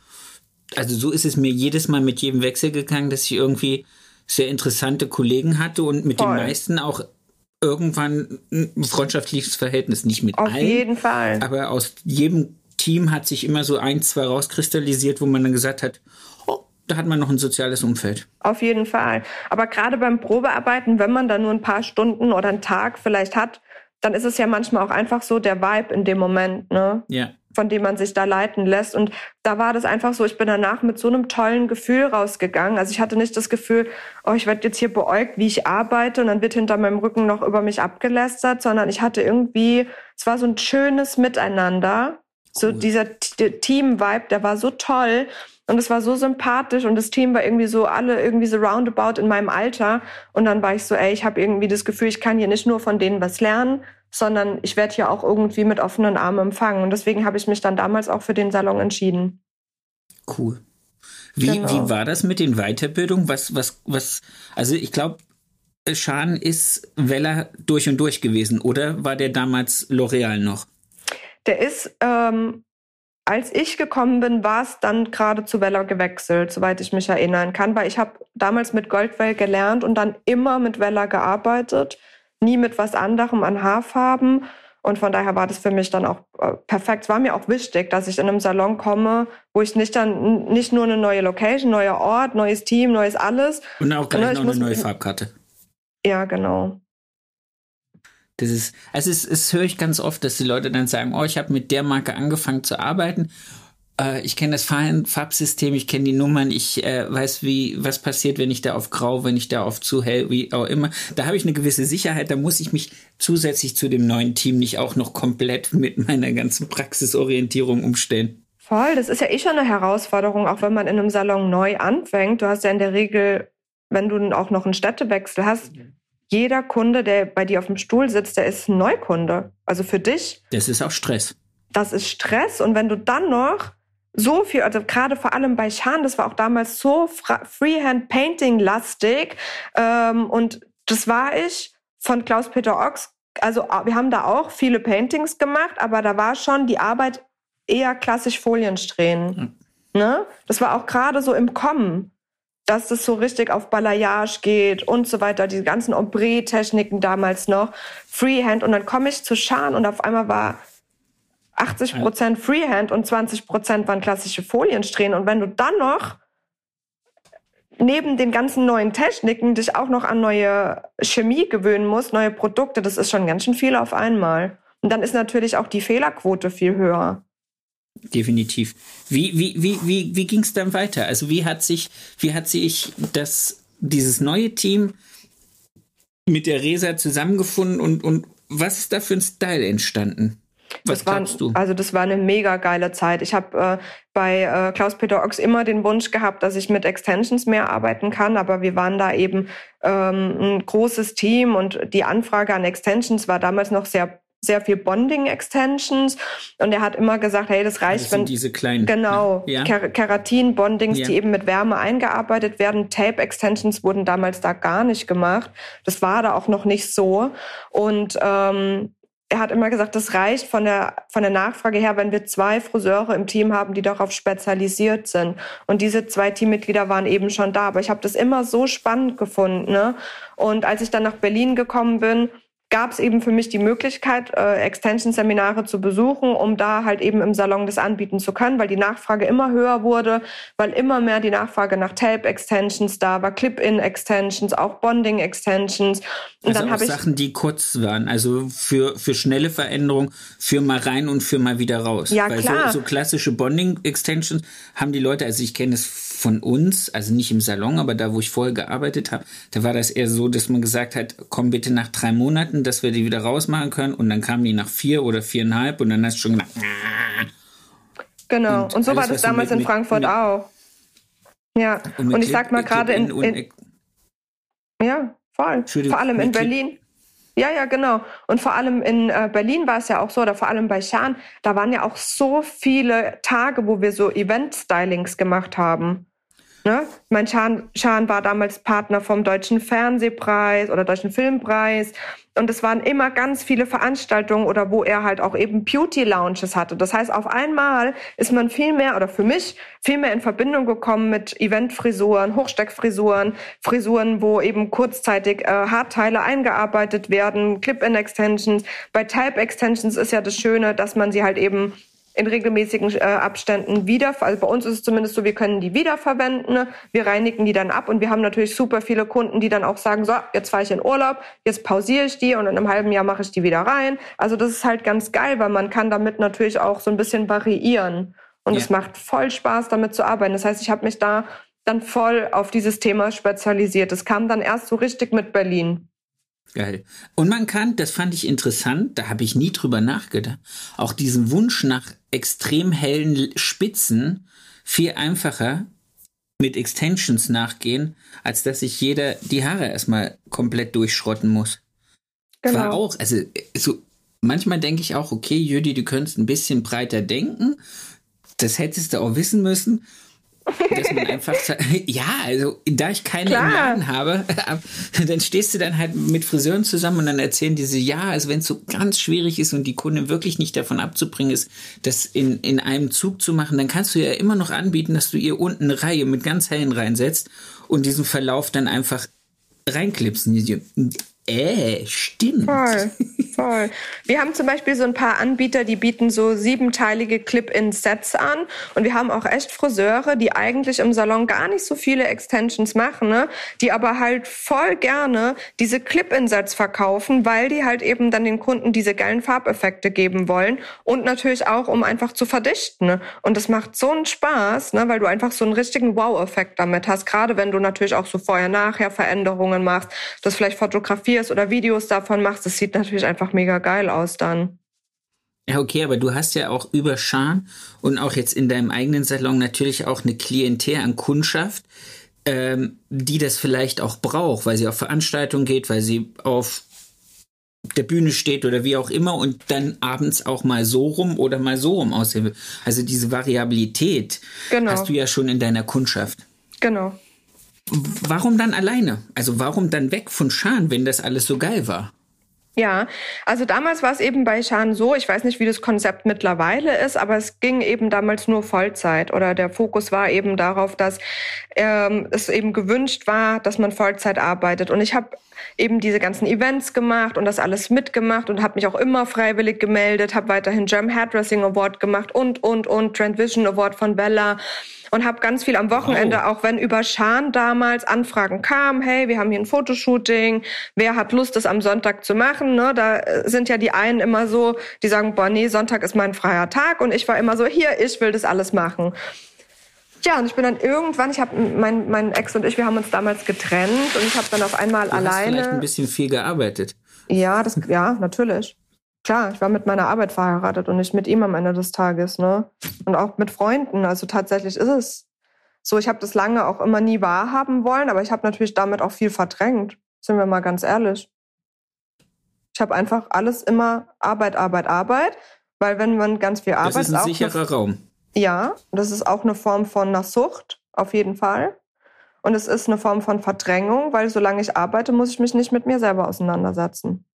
Also so ist es mir jedes Mal mit jedem Wechsel gegangen, dass ich irgendwie sehr interessante Kollegen hatte und mit Voll. den meisten auch irgendwann ein freundschaftliches Verhältnis. Nicht mit auf allen, jeden Fall. aber aus jedem Team hat sich immer so ein, zwei rauskristallisiert, wo man dann gesagt hat, oh, da hat man noch ein soziales Umfeld. Auf jeden Fall. Aber gerade beim Probearbeiten, wenn man da nur ein paar Stunden oder einen Tag vielleicht hat, dann ist es ja manchmal auch einfach so der Vibe in dem Moment, ne? Ja. Von dem man sich da leiten lässt. Und da war das einfach so, ich bin danach mit so einem tollen Gefühl rausgegangen. Also ich hatte nicht das Gefühl, oh, ich werde jetzt hier beäugt, wie ich arbeite und dann wird hinter meinem Rücken noch über mich abgelästert, sondern ich hatte irgendwie, es war so ein schönes Miteinander. So Cool. dieser T- Team-Vibe, der war so toll und es war so sympathisch und das Team war irgendwie so, alle irgendwie so roundabout in meinem Alter. Und dann war ich so, ey, ich habe irgendwie das Gefühl, ich kann hier nicht nur von denen was lernen, sondern ich werde hier auch irgendwie mit offenen Armen empfangen. Und deswegen habe ich mich dann damals auch für den Salon entschieden. Cool. Wie, Genau. wie war das mit den Weiterbildungen? Was, was, was, also ich glaube, Şahan ist Wella durch und durch gewesen, oder war der damals L'Oreal noch? Der ist, ähm, als ich gekommen bin, war es dann gerade zu Wella gewechselt, soweit ich mich erinnern kann, weil ich habe damals mit Goldwell gelernt und dann immer mit Wella gearbeitet, nie mit was anderem an Haarfarben. Und von daher war das für mich dann auch äh, perfekt. Es war mir auch wichtig, dass ich in einem Salon komme, wo ich nicht dann nicht nur eine neue Location, neuer Ort, neues Team, neues alles. Und auch gleich Ne, ich noch eine muss- neue Farbkarte. Ja, genau. Das ist, also es, es höre ich ganz oft, dass die Leute dann sagen, oh, ich habe mit der Marke angefangen zu arbeiten. Äh, ich kenne das Farb- Farbsystem, ich kenne die Nummern, ich äh, weiß, wie was passiert, wenn ich da auf grau, wenn ich da auf zu hell, wie auch immer. Da habe ich eine gewisse Sicherheit, da muss ich mich zusätzlich zu dem neuen Team nicht auch noch komplett mit meiner ganzen Praxisorientierung umstellen. Voll, das ist ja eh schon eine Herausforderung, auch wenn man in einem Salon neu anfängt. Du hast ja in der Regel, wenn du auch noch einen Städtewechsel hast, jeder Kunde, der bei dir auf dem Stuhl sitzt, der ist ein Neukunde. Also für dich. Das ist auch Stress. Das ist Stress. Und wenn du dann noch so viel, also gerade vor allem bei Schan, das war auch damals so Freehand-Painting-lastig. Ähm, und das war ich von Klaus-Peter Ochs. Also wir haben da auch viele Paintings gemacht, aber da war schon die Arbeit eher klassisch Foliensträhnen. Mhm. Ne? Das war auch gerade so im Kommen, dass das so richtig auf Balayage geht und so weiter, die ganzen Ombre-Techniken damals noch, Freehand. Und dann komme ich zu Schan und auf einmal war achtzig Prozent Freehand und zwanzig Prozent waren klassische Foliensträhnen. Und wenn du dann noch neben den ganzen neuen Techniken dich auch noch an neue Chemie gewöhnen musst, neue Produkte, das ist schon ganz schön viel auf einmal. Und dann ist natürlich auch die Fehlerquote viel höher. Definitiv. Wie, wie, wie, wie, wie ging es dann weiter? Also wie hat sich, wie hat sich das, dieses neue Team mit der Resa zusammengefunden und, und was ist da für ein Style entstanden? Was das war, glaubst du? Also das war eine mega geile Zeit. Ich habe äh, bei äh, Klaus-Peter Ochs immer den Wunsch gehabt, dass ich mit Extensions mehr arbeiten kann, aber wir waren da eben ähm, ein großes Team und die Anfrage an Extensions war damals noch sehr sehr viel Bonding-Extensions und er hat immer gesagt, hey, das reicht, das sind wenn diese kleinen, genau, ja. Ker- Keratin-Bondings, ja. die eben mit Wärme eingearbeitet werden. Tape-Extensions wurden damals da gar nicht gemacht. Das war da auch noch nicht so. Und ähm, er hat immer gesagt, das reicht von der von der Nachfrage her, wenn wir zwei Friseure im Team haben, die darauf spezialisiert sind. Und diese zwei Teammitglieder waren eben schon da. Aber ich habe das immer so spannend gefunden. Ne? Und als ich dann nach Berlin gekommen bin, gab es eben für mich die Möglichkeit, äh, Extension-Seminare zu besuchen, um da halt eben im Salon das anbieten zu können, weil die Nachfrage immer höher wurde, weil immer mehr die Nachfrage nach Tape-Extensions da war, Clip-In-Extensions, auch Bonding-Extensions. Und also dann auch habe ich Sachen, die kurz waren, also für, für schnelle Veränderung, für mal rein und für mal wieder raus. Ja, weil klar. So, so klassische Bonding-Extensions haben die Leute, also ich kenne es von uns, also nicht im Salon, aber da, wo ich vorher gearbeitet habe, da war das eher so, dass man gesagt hat, komm bitte nach drei Monaten, dass wir die wieder rausmachen können und dann kamen die nach vier oder viereinhalb und dann hast du schon gedacht, ah. Genau, und, und so alles, war das damals mit, in Frankfurt mit, auch. Ja, und, und ich sag mal gerade in, in, in ja, voll, vor allem in Berlin. Ja, ja, genau. Und vor allem in äh, Berlin war es ja auch so, oder vor allem bei Schan, da waren ja auch so viele Tage, wo wir so Event-Stylings gemacht haben. Ne? Mein Schan, Schan war damals Partner vom Deutschen Fernsehpreis oder Deutschen Filmpreis. Und es waren immer ganz viele Veranstaltungen oder wo er halt auch eben Beauty-Lounges hatte. Das heißt, auf einmal ist man viel mehr, oder für mich, viel mehr in Verbindung gekommen mit Eventfrisuren, Hochsteckfrisuren, Frisuren, wo eben kurzzeitig äh, Haarteile eingearbeitet werden, Clip-In-Extensions. Bei Type-Extensions ist ja das Schöne, dass man sie halt eben in regelmäßigen äh, Abständen wieder, also bei uns ist es zumindest so, wir können die wiederverwenden, ne? Wir reinigen die dann ab und wir haben natürlich super viele Kunden, die dann auch sagen, so, jetzt fahre ich in Urlaub, jetzt pausiere ich die und in einem halben Jahr mache ich die wieder rein. Also das ist halt ganz geil, weil man kann damit natürlich auch so ein bisschen variieren und ja. Es macht voll Spaß, damit zu arbeiten. Das heißt, ich habe mich da dann voll auf dieses Thema spezialisiert. Das kam dann erst so richtig mit Berlin. Geil. Und man kann, das fand ich interessant, da habe ich nie drüber nachgedacht, auch diesen Wunsch nach extrem hellen Spitzen viel einfacher mit Extensions nachgehen, als dass sich jeder die Haare erstmal komplett durchschrotten muss. Genau. War auch, also so manchmal denke ich auch, okay, Jüdi, du könntest ein bisschen breiter denken, das hättest du auch wissen müssen. Dass man einfach sagt, ja, also da ich keine Klar. im Laden habe, dann stehst du dann halt mit Friseuren zusammen und dann erzählen die so, ja, also wenn es so ganz schwierig ist und die Kundin wirklich nicht davon abzubringen ist, das in, in einem Zug zu machen, dann kannst du ja immer noch anbieten, dass du ihr unten eine Reihe mit ganz hellen reinsetzt und diesen Verlauf dann einfach reinklippst. Äh, stimmt. Voll, voll. Wir haben zum Beispiel so ein paar Anbieter, die bieten so siebenteilige Clip-In-Sets an. Und wir haben auch echt Friseure, die eigentlich im Salon gar nicht so viele Extensions machen, ne? Die aber halt voll gerne diese Clip-In-Sets verkaufen, weil die halt eben dann den Kunden diese geilen Farbeffekte geben wollen. Und natürlich auch, um einfach zu verdichten. Ne? Und das macht so einen Spaß, ne? Weil du einfach so einen richtigen Wow-Effekt damit hast. Gerade wenn du natürlich auch so vorher-nachher Veränderungen machst, das vielleicht fotografierst oder Videos davon machst, das sieht natürlich einfach mega geil aus dann. Ja, okay, aber du hast ja auch über Schan und auch jetzt in deinem eigenen Salon natürlich auch eine Klientel an Kundschaft, ähm, die das vielleicht auch braucht, weil sie auf Veranstaltungen geht, weil sie auf der Bühne steht oder wie auch immer und dann abends auch mal so rum oder mal so rum aussehen will. Also diese Variabilität Genau. hast du ja schon in deiner Kundschaft. Genau. Warum dann alleine? Also warum dann weg von Schan, wenn das alles so geil war? Ja, also damals war es eben bei Schan so, ich weiß nicht, wie das Konzept mittlerweile ist, aber es ging eben damals nur Vollzeit oder der Fokus war eben darauf, dass ähm, es eben gewünscht war, dass man Vollzeit arbeitet. Und ich habe eben diese ganzen Events gemacht und das alles mitgemacht und habe mich auch immer freiwillig gemeldet, habe weiterhin Gem Hairdressing Award gemacht und, und, und Trend Vision Award von Bella. Und habe ganz viel am Wochenende, wow. auch wenn über Schan damals Anfragen kamen, hey, wir haben hier ein Fotoshooting, wer hat Lust, das am Sonntag zu machen? Ne? Da sind ja die einen immer so, die sagen, boah, nee, Sonntag ist mein freier Tag. Und ich war immer so, hier, ich will das alles machen. Ja, und ich bin dann irgendwann, ich habe mein, mein Ex und ich, wir haben uns damals getrennt und ich habe dann auf einmal du alleine... Du hast vielleicht ein bisschen viel gearbeitet. Ja, das, ja, natürlich. Klar, ich war mit meiner Arbeit verheiratet und nicht mit ihm am Ende des Tages, ne? Und auch mit Freunden. Also tatsächlich ist es so. Ich habe das lange auch immer nie wahrhaben wollen, aber ich habe natürlich damit auch viel verdrängt. Sind wir mal ganz ehrlich. Ich habe einfach alles immer Arbeit, Arbeit, Arbeit, weil wenn man ganz viel arbeitet... Das ist ein sicherer eine, Raum. Ja, das ist auch eine Form von einer Sucht, auf jeden Fall. Und es ist eine Form von Verdrängung, weil solange ich arbeite, muss ich mich nicht mit mir selber auseinandersetzen.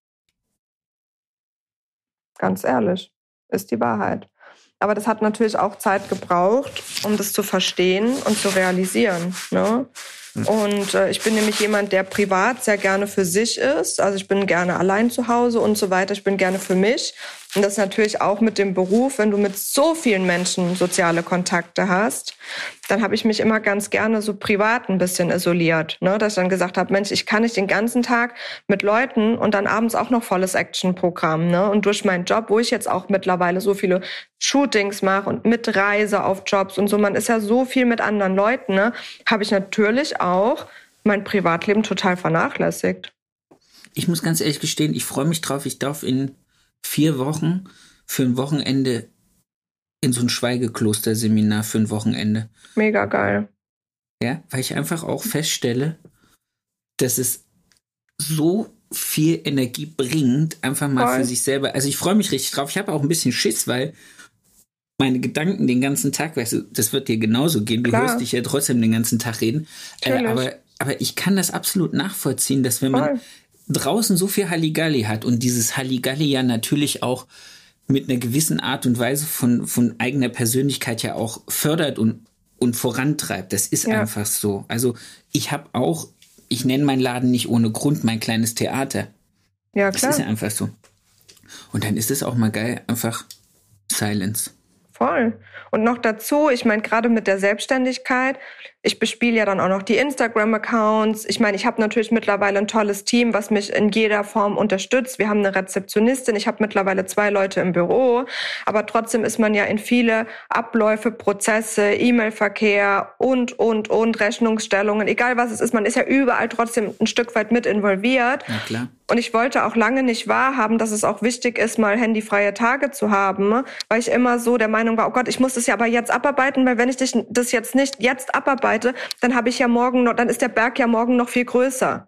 Ganz ehrlich, ist die Wahrheit. Aber das hat natürlich auch Zeit gebraucht, um das zu verstehen und zu realisieren. Ne? Und äh, ich bin nämlich jemand, der privat sehr gerne für sich ist. Also ich bin gerne allein zu Hause und so weiter. Ich bin gerne für mich. Und das natürlich auch mit dem Beruf, wenn du mit so vielen Menschen soziale Kontakte hast, dann habe ich mich immer ganz gerne so privat ein bisschen isoliert. Ne? Dass ich dann gesagt habe, Mensch, ich kann nicht den ganzen Tag mit Leuten und dann abends auch noch volles Actionprogramm. Ne? Und durch meinen Job, wo ich jetzt auch mittlerweile so viele Shootings mache und mitreise auf Jobs und so, man ist ja so viel mit anderen Leuten, ne? Habe ich natürlich auch mein Privatleben total vernachlässigt. Ich muss ganz ehrlich gestehen, ich freue mich drauf, ich darf in vier Wochen für ein Wochenende in so ein Schweigekloster-Seminar für ein Wochenende. Mega geil. Ja, weil ich einfach auch feststelle, dass es so viel Energie bringt, einfach mal Voll. Für sich selber. Also ich freue mich richtig drauf. Ich habe auch ein bisschen Schiss, weil meine Gedanken den ganzen Tag, weißt du, das wird dir genauso gehen. Du Klar. hörst dich ja trotzdem den ganzen Tag reden. Äh, aber, aber ich kann das absolut nachvollziehen, dass wenn man Voll. draußen so viel Halligalli hat und dieses Halligalli ja natürlich auch mit einer gewissen Art und Weise von, von eigener Persönlichkeit ja auch fördert und, und vorantreibt. Das ist Ja. einfach so. Also ich habe auch, ich nenne meinen Laden nicht ohne Grund mein kleines Theater. Ja, Das klar. ist ja einfach so. Und dann ist es auch mal geil, einfach Silence. Voll. Und noch dazu, ich meine, gerade mit der Selbstständigkeit, ich bespiele ja dann auch noch die Instagram-Accounts. Ich meine, ich habe natürlich mittlerweile ein tolles Team, was mich in jeder Form unterstützt. Wir haben eine Rezeptionistin, ich habe mittlerweile zwei Leute im Büro. Aber trotzdem ist man ja in viele Abläufe, Prozesse, E-Mail-Verkehr und, und, und, Rechnungsstellungen, egal was es ist, man ist ja überall trotzdem ein Stück weit mit involviert. Na klar. Und ich wollte auch lange nicht wahrhaben, dass es auch wichtig ist, mal handyfreie Tage zu haben, weil ich immer so der Meinung war, oh Gott, ich muss das ja aber jetzt abarbeiten, weil wenn ich das jetzt nicht jetzt abarbeite, dann habe ich ja morgen noch, dann ist der Berg ja morgen noch viel größer.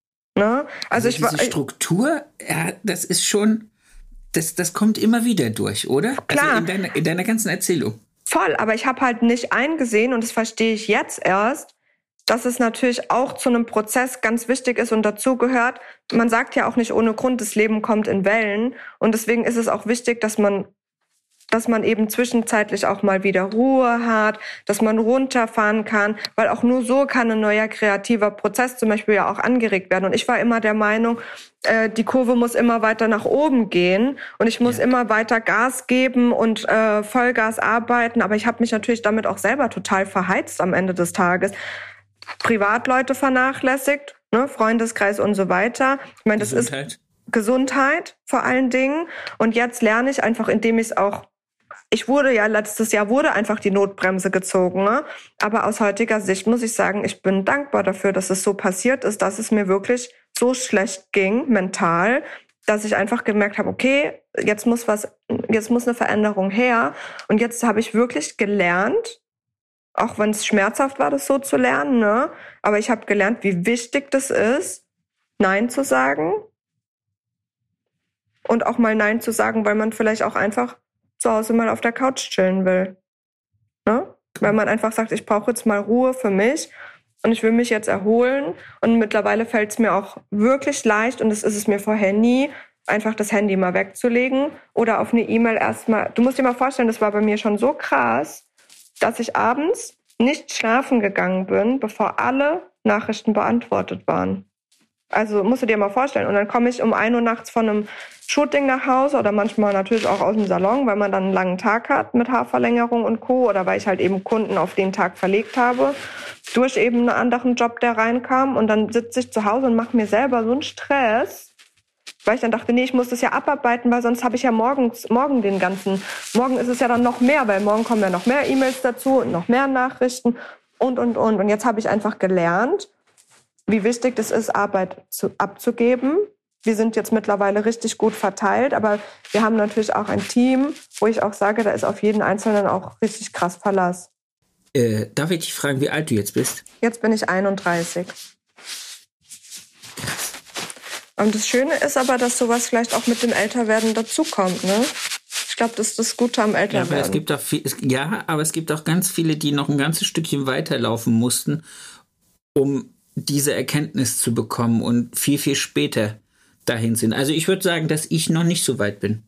Ne? Also, Also ich diese war Struktur, ja, das ist schon, das, das kommt immer wieder durch, oder? Klar. Also in deiner, in deiner ganzen Erzählung. voll, aber ich habe halt nicht eingesehen, und das verstehe ich jetzt erst, dass es natürlich auch zu einem Prozess ganz wichtig ist und dazu gehört. Man sagt ja auch nicht ohne Grund, das Leben kommt in Wellen. Und deswegen ist es auch wichtig, dass man dass man eben zwischenzeitlich auch mal wieder Ruhe hat, dass man runterfahren kann, weil auch nur so kann ein neuer kreativer Prozess zum Beispiel ja auch angeregt werden. Und ich war immer der Meinung, äh, die Kurve muss immer weiter nach oben gehen und ich muss ja. immer weiter Gas geben und äh, Vollgas arbeiten. Aber ich habe mich natürlich damit auch selber total verheizt am Ende des Tages. Privatleute vernachlässigt, ne, Freundeskreis und so weiter. Ich meine, das Gesundheit. ist Gesundheit vor allen Dingen. Und jetzt lerne ich einfach, indem ich es auch Ich wurde ja, letztes Jahr wurde einfach die Notbremse gezogen, ne? Aber aus heutiger Sicht muss ich sagen, ich bin dankbar dafür, dass es so passiert ist, dass es mir wirklich so schlecht ging, mental, dass ich einfach gemerkt habe, okay, jetzt muss was, jetzt muss eine Veränderung her. Und jetzt habe ich wirklich gelernt, auch wenn es schmerzhaft war, das so zu lernen, ne? Aber ich habe gelernt, wie wichtig das ist, Nein zu sagen. Und auch mal Nein zu sagen, weil man vielleicht auch einfach zu Hause mal auf der Couch chillen will. Ne? Weil man einfach sagt, ich brauche jetzt mal Ruhe für mich und ich will mich jetzt erholen. Und mittlerweile fällt es mir auch wirklich leicht, und das ist es mir vorher nie, einfach das Handy mal wegzulegen oder auf eine E-Mail erstmal. Du musst dir mal vorstellen, das war bei mir schon so krass, dass ich abends nicht schlafen gegangen bin, bevor alle Nachrichten beantwortet waren. Also musst du dir mal vorstellen. Und dann komme ich um ein Uhr nachts von einem Shooting nach Hause oder manchmal natürlich auch aus dem Salon, weil man dann einen langen Tag hat mit Haarverlängerung und Co. Oder weil ich halt eben Kunden auf den Tag verlegt habe, durch eben einen anderen Job, der reinkam. Und dann sitze ich zu Hause und mache mir selber so einen Stress, weil ich dann dachte, nee, ich muss das ja abarbeiten, weil sonst habe ich ja morgens, morgen den ganzen, morgen ist es ja dann noch mehr, weil morgen kommen ja noch mehr E-Mails dazu und noch mehr Nachrichten und, und, und. Und jetzt habe ich einfach gelernt, wie wichtig es ist, Arbeit zu, abzugeben. Wir sind jetzt mittlerweile richtig gut verteilt, aber wir haben natürlich auch ein Team, wo ich auch sage, da ist auf jeden Einzelnen auch richtig krass Verlass. Äh, darf ich dich fragen, wie alt du jetzt bist? Jetzt bin ich einunddreißig. Und das Schöne ist aber, dass sowas vielleicht auch mit dem Älterwerden dazukommt, ne? Ich glaube, das ist das Gute am Älterwerden. Ja, aber es gibt auch viel, es, ja, aber es gibt auch ganz viele, die noch ein ganzes Stückchen weiterlaufen mussten, um diese Erkenntnis zu bekommen und viel, viel später dahin sind. Also ich würde sagen, dass ich noch nicht so weit bin.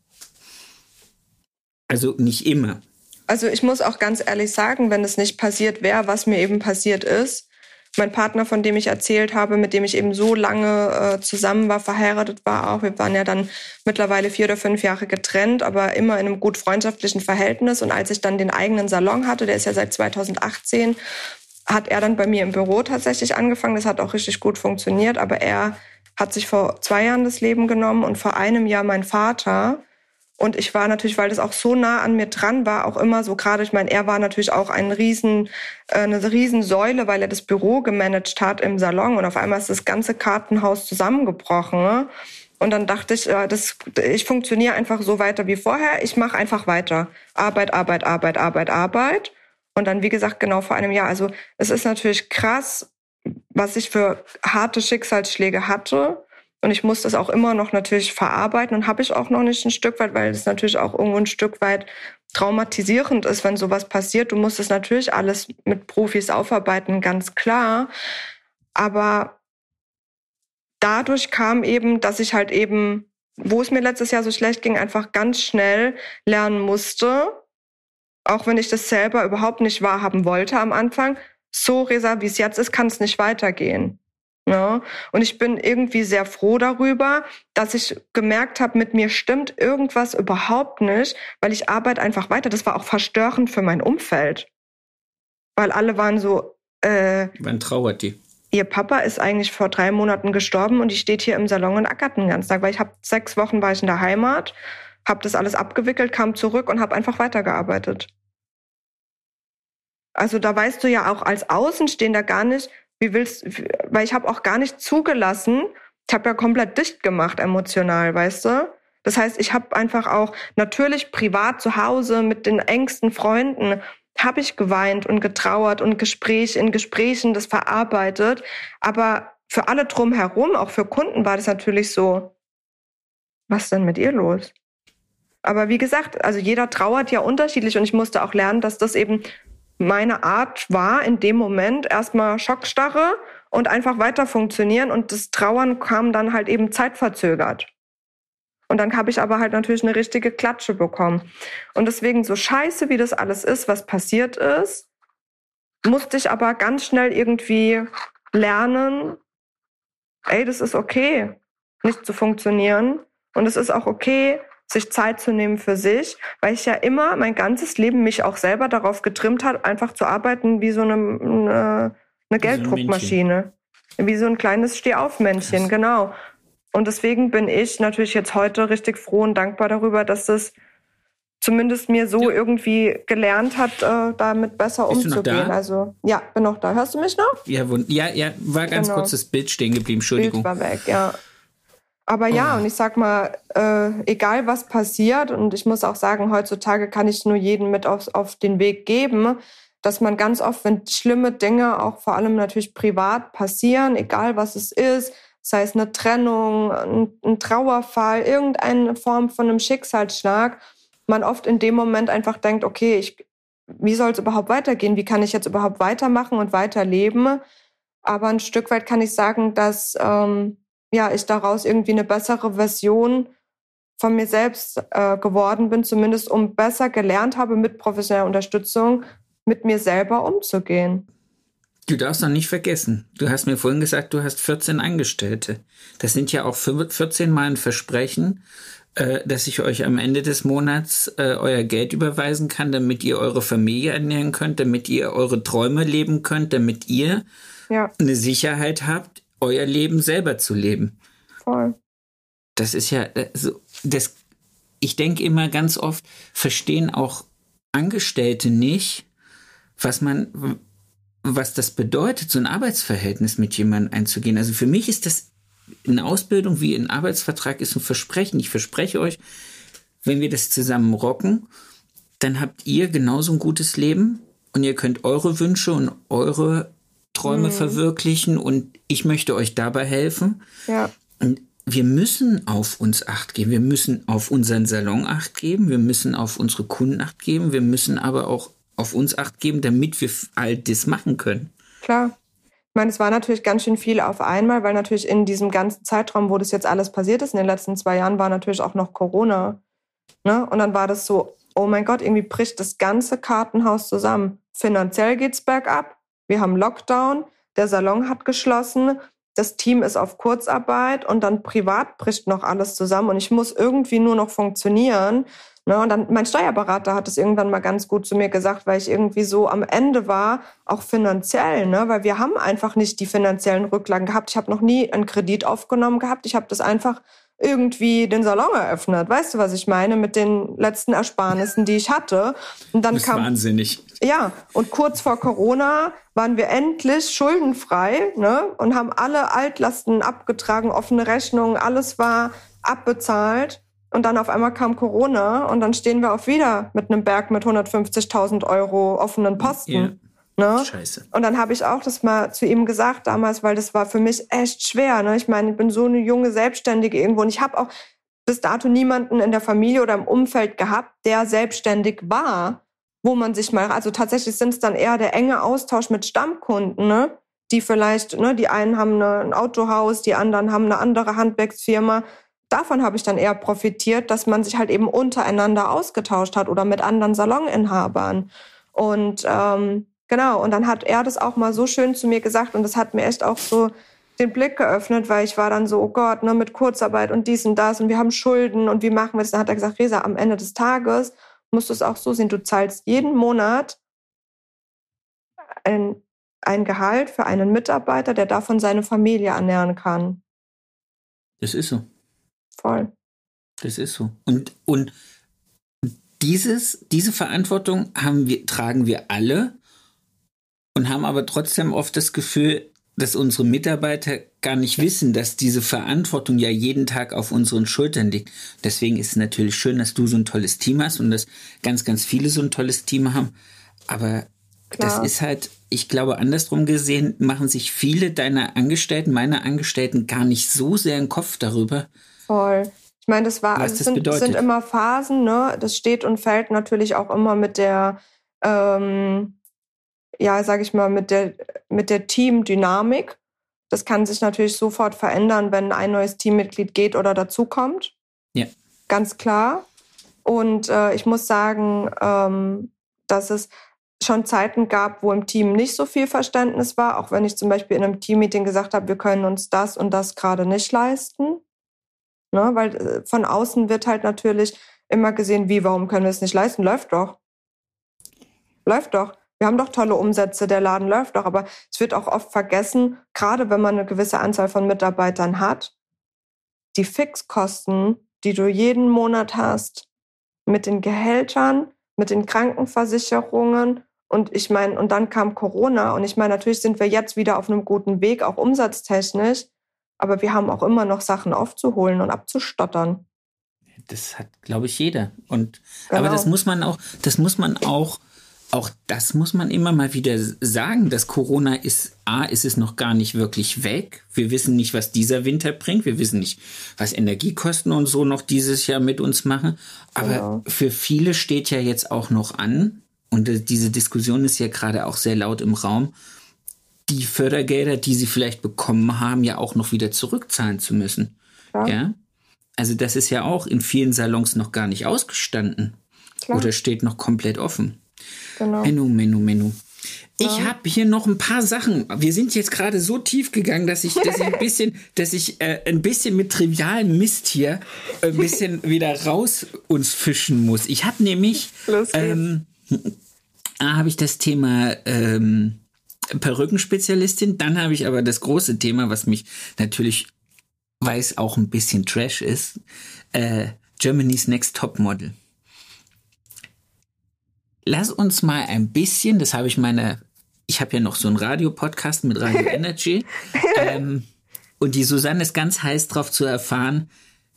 Also nicht immer. Also ich muss auch ganz ehrlich sagen, wenn es nicht passiert wäre, was mir eben passiert ist, mein Partner, von dem ich erzählt habe, mit dem ich eben so lange äh, zusammen war, verheiratet war auch, wir waren ja dann mittlerweile vier oder fünf Jahre getrennt, aber immer in einem gut freundschaftlichen Verhältnis. Und als ich dann den eigenen Salon hatte, der ist ja seit zweitausendachtzehn, hat er dann bei mir im Büro tatsächlich angefangen. Das hat auch richtig gut funktioniert. Aber er hat sich vor zwei Jahren das Leben genommen und vor einem Jahr mein Vater. Und ich war natürlich, weil das auch so nah an mir dran war, auch immer so gerade, ich meine, er war natürlich auch ein riesen, äh, eine Riesensäule, weil er das Büro gemanagt hat im Salon. Und auf einmal ist das ganze Kartenhaus zusammengebrochen. Ne? Und dann dachte ich, äh, das, ich funktioniere einfach so weiter wie vorher. Ich mache einfach weiter. Arbeit, Arbeit, Arbeit, Arbeit, Arbeit. Und dann, wie gesagt, genau vor einem Jahr. Also es ist natürlich krass, was ich für harte Schicksalsschläge hatte. Und ich muss das auch immer noch natürlich verarbeiten. Und habe ich auch noch nicht ein Stück weit, weil es natürlich auch irgendwo ein Stück weit traumatisierend ist, wenn sowas passiert. Du musst es natürlich alles mit Profis aufarbeiten, ganz klar. Aber dadurch kam eben, dass ich halt eben, wo es mir letztes Jahr so schlecht ging, einfach ganz schnell lernen musste, auch wenn ich das selber überhaupt nicht wahrhaben wollte am Anfang, so, Resa, wie es jetzt ist, kann es nicht weitergehen. Ja? Und ich bin irgendwie sehr froh darüber, dass ich gemerkt habe, mit mir stimmt irgendwas überhaupt nicht, weil ich arbeite einfach weiter. Das war auch verstörend für mein Umfeld. Weil alle waren so, äh, wann trauert die? Ihr Papa ist eigentlich vor drei Monaten gestorben und die steht hier im Salon und ackert den ganzen Tag. Weil ich habe sechs Wochen war ich in der Heimat, habe das alles abgewickelt, kam zurück und habe einfach weitergearbeitet. Also da weißt du ja auch als Außenstehender gar nicht, wie willst, weil ich habe auch gar nicht zugelassen, ich habe ja komplett dicht gemacht emotional, weißt du? Das heißt, ich habe einfach auch natürlich privat zu Hause mit den engsten Freunden habe ich geweint und getrauert und Gespräch in Gesprächen das verarbeitet, aber für alle drumherum, auch für Kunden war das natürlich so, was ist denn mit ihr los? Aber wie gesagt, also jeder trauert ja unterschiedlich und ich musste auch lernen, dass das eben meine Art war, in dem Moment erstmal Schockstarre und einfach weiter funktionieren und das Trauern kam dann halt eben zeitverzögert. Und dann habe ich aber halt natürlich eine richtige Klatsche bekommen. Und deswegen, so scheiße wie das alles ist, was passiert ist, musste ich aber ganz schnell irgendwie lernen, ey, das ist okay, nicht zu funktionieren. Und es ist auch okay, sich Zeit zu nehmen für sich, weil ich ja immer mein ganzes Leben mich auch selber darauf getrimmt habe, einfach zu arbeiten wie so eine, eine, eine Gelddruckmaschine. Wie so ein kleines Stehaufmännchen, Krass. Genau. Und deswegen bin ich natürlich jetzt heute richtig froh und dankbar darüber, dass das zumindest mir so ja. irgendwie gelernt hat, äh, damit besser Bist umzugehen. Du noch da? Also ja, bin noch da. Hörst du mich noch? Ja, wund- ja, ja war ganz genau. kurz das Bild stehen geblieben, Entschuldigung. Bild war weg, ja. Aber ja, Oh. und ich sag mal, äh, egal was passiert, und ich muss auch sagen, heutzutage kann ich nur jeden mit auf, auf den Weg geben, dass man ganz oft, wenn schlimme Dinge auch vor allem natürlich privat passieren, egal was es ist, sei es eine Trennung, ein, ein Trauerfall, irgendeine Form von einem Schicksalsschlag, man oft in dem Moment einfach denkt, okay, ich, wie soll es überhaupt weitergehen? Wie kann ich jetzt überhaupt weitermachen und weiterleben? Aber ein Stück weit kann ich sagen, dass ähm, ja, ich daraus irgendwie eine bessere Version von mir selbst äh, geworden bin, zumindest um besser gelernt habe, mit professioneller Unterstützung mit mir selber umzugehen. Du darfst noch nicht vergessen, du hast mir vorhin gesagt, du hast vierzehn Angestellte. Das sind ja auch vierzehn Mal ein Versprechen, äh, dass ich euch am Ende des Monats äh, euer Geld überweisen kann, damit ihr eure Familie ernähren könnt, damit ihr eure Träume leben könnt, damit ihr ja. eine Sicherheit habt, euer Leben selber zu leben. Voll. Das ist ja, also das, ich denke immer ganz oft, verstehen auch Angestellte nicht, was man, was das bedeutet, so ein Arbeitsverhältnis mit jemandem einzugehen. Also für mich ist das eine Ausbildung wie ein Arbeitsvertrag ist ein Versprechen. Ich verspreche euch, wenn wir das zusammen rocken, dann habt ihr genauso ein gutes Leben und ihr könnt eure Wünsche und eure Träume mhm. verwirklichen und ich möchte euch dabei helfen. Ja. Und wir müssen auf uns Acht geben. Wir müssen auf unseren Salon Acht geben. Wir müssen auf unsere Kunden Acht geben. Wir müssen aber auch auf uns Acht geben, damit wir all das machen können. Klar. Ich meine, es war natürlich ganz schön viel auf einmal, weil natürlich in diesem ganzen Zeitraum, wo das jetzt alles passiert ist, in den letzten zwei Jahren, war natürlich auch noch Corona. Ne? Und dann war das so, oh mein Gott, irgendwie bricht das ganze Kartenhaus zusammen. Finanziell geht's bergab. Wir haben Lockdown, der Salon hat geschlossen, das Team ist auf Kurzarbeit und dann privat bricht noch alles zusammen und ich muss irgendwie nur noch funktionieren. Ne? Und dann mein Steuerberater hat es irgendwann mal ganz gut zu mir gesagt, weil ich irgendwie so am Ende war, auch finanziell, ne? Weil wir haben einfach nicht die finanziellen Rücklagen gehabt. Ich habe noch nie einen Kredit aufgenommen gehabt. Ich habe das einfach irgendwie den Salon eröffnet. Weißt du, was ich meine? Mit den letzten Ersparnissen, die ich hatte. Und dann das ist kam, wahnsinnig. Ja, und kurz vor Corona waren wir endlich schuldenfrei, ne? Und haben alle Altlasten abgetragen, offene Rechnungen, alles war abbezahlt. Und dann auf einmal kam Corona und dann stehen wir auch wieder mit einem Berg mit hundertfünfzigtausend Euro offenen Posten. Ja. Ne? Scheiße. Und dann habe ich auch das mal zu ihm gesagt damals, weil das war für mich echt schwer. Ne? Ich meine, ich bin so eine junge Selbstständige irgendwo und ich habe auch bis dato niemanden in der Familie oder im Umfeld gehabt, der selbstständig war, wo man sich mal, also tatsächlich sind es dann eher der enge Austausch mit Stammkunden, ne? Die vielleicht, ne, die einen haben eine, ein Autohaus, die anderen haben eine andere Handwerksfirma. Davon habe ich dann eher profitiert, dass man sich halt eben untereinander ausgetauscht hat oder mit anderen Saloninhabern. Und ähm, genau, und dann hat er das auch mal so schön zu mir gesagt und das hat mir echt auch so den Blick geöffnet, weil ich war dann so, oh Gott, ne, mit Kurzarbeit und dies und das und wir haben Schulden und wie machen wir das? Dann hat er gesagt, Resa, am Ende des Tages musst du es auch so sehen, du zahlst jeden Monat ein, ein Gehalt für einen Mitarbeiter, der davon seine Familie ernähren kann. Das ist so. Voll. Das ist so. Und, und dieses, diese Verantwortung haben wir, tragen wir alle und haben aber trotzdem oft das Gefühl, dass unsere Mitarbeiter gar nicht wissen, dass diese Verantwortung ja jeden Tag auf unseren Schultern liegt. Deswegen ist es natürlich schön, dass du so ein tolles Team hast und dass ganz, ganz viele so ein tolles Team haben. Aber Klar. das ist halt, ich glaube, andersrum gesehen, machen sich viele deiner Angestellten, meiner Angestellten gar nicht so sehr im Kopf darüber. Voll. Ich meine, das war, also es sind, sind immer Phasen, ne? Das steht und fällt natürlich auch immer mit der, ähm, ja, sag ich mal, mit der, mit der Teamdynamik. Das kann sich natürlich sofort verändern, wenn ein neues Teammitglied geht oder dazukommt. Ja. Ganz klar. Und äh, ich muss sagen, ähm, dass es schon Zeiten gab, wo im Team nicht so viel Verständnis war, auch wenn ich zum Beispiel in einem Teammeeting gesagt habe, wir können uns das und das gerade nicht leisten. Ne? Weil äh, von außen wird halt natürlich immer gesehen, wie, warum können wir es nicht leisten? Läuft doch. Läuft doch. Wir haben doch tolle Umsätze, der Laden läuft doch, aber es wird auch oft vergessen, gerade wenn man eine gewisse Anzahl von Mitarbeitern hat, die Fixkosten, die du jeden Monat hast, mit den Gehältern, mit den Krankenversicherungen und ich meine, und dann kam Corona und ich meine, natürlich sind wir jetzt wieder auf einem guten Weg, auch umsatztechnisch, Aber wir haben auch immer noch Sachen aufzuholen und abzustottern. Das hat, glaube ich, jeder. Und Genau. aber das muss man auch, das muss man auch, auch das muss man immer mal wieder sagen, dass Corona ist, A, ist es noch gar nicht wirklich weg. Wir wissen nicht, was dieser Winter bringt. Wir wissen nicht, was Energiekosten und so noch dieses Jahr mit uns machen. Aber Genau. für viele steht ja jetzt auch noch an, und äh, diese Diskussion ist ja gerade auch sehr laut im Raum, die Fördergelder, die sie vielleicht bekommen haben, ja auch noch wieder zurückzahlen zu müssen. Ja. Ja? Also das ist ja auch in vielen Salons noch gar nicht ausgestanden. Klar. Oder steht noch komplett offen. Genau. Menno, Menno, Menno. Ich Ja. habe hier noch ein paar Sachen. Wir sind jetzt gerade so tief gegangen, dass ich, dass ich ein bisschen, dass ich äh, ein bisschen mit trivialem Mist hier ein bisschen wieder raus uns fischen muss. Ich habe nämlich, Los geht's. ähm, A, habe ich das Thema ähm, Perückenspezialistin. Dann habe ich aber das große Thema, was mich natürlich, weil es auch ein bisschen Trash ist, äh, Germany's Next Top Model. Lass uns mal ein bisschen, das habe ich meine, ich habe ja noch so einen Radio-Podcast mit Radio Energy ähm, und die Susanne ist ganz heiß drauf zu erfahren,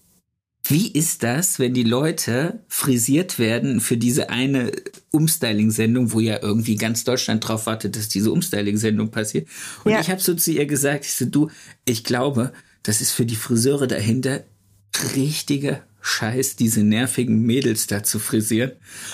wie ist das, wenn die Leute frisiert werden für diese eine Umstyling-Sendung, wo ja irgendwie ganz Deutschland drauf wartet, dass diese Umstyling-Sendung passiert. Und Ja. ich habe so zu ihr gesagt, ich so, du, ich glaube, das ist für die Friseure dahinter richtiger Scheiß, diese nervigen Mädels da zu frisieren.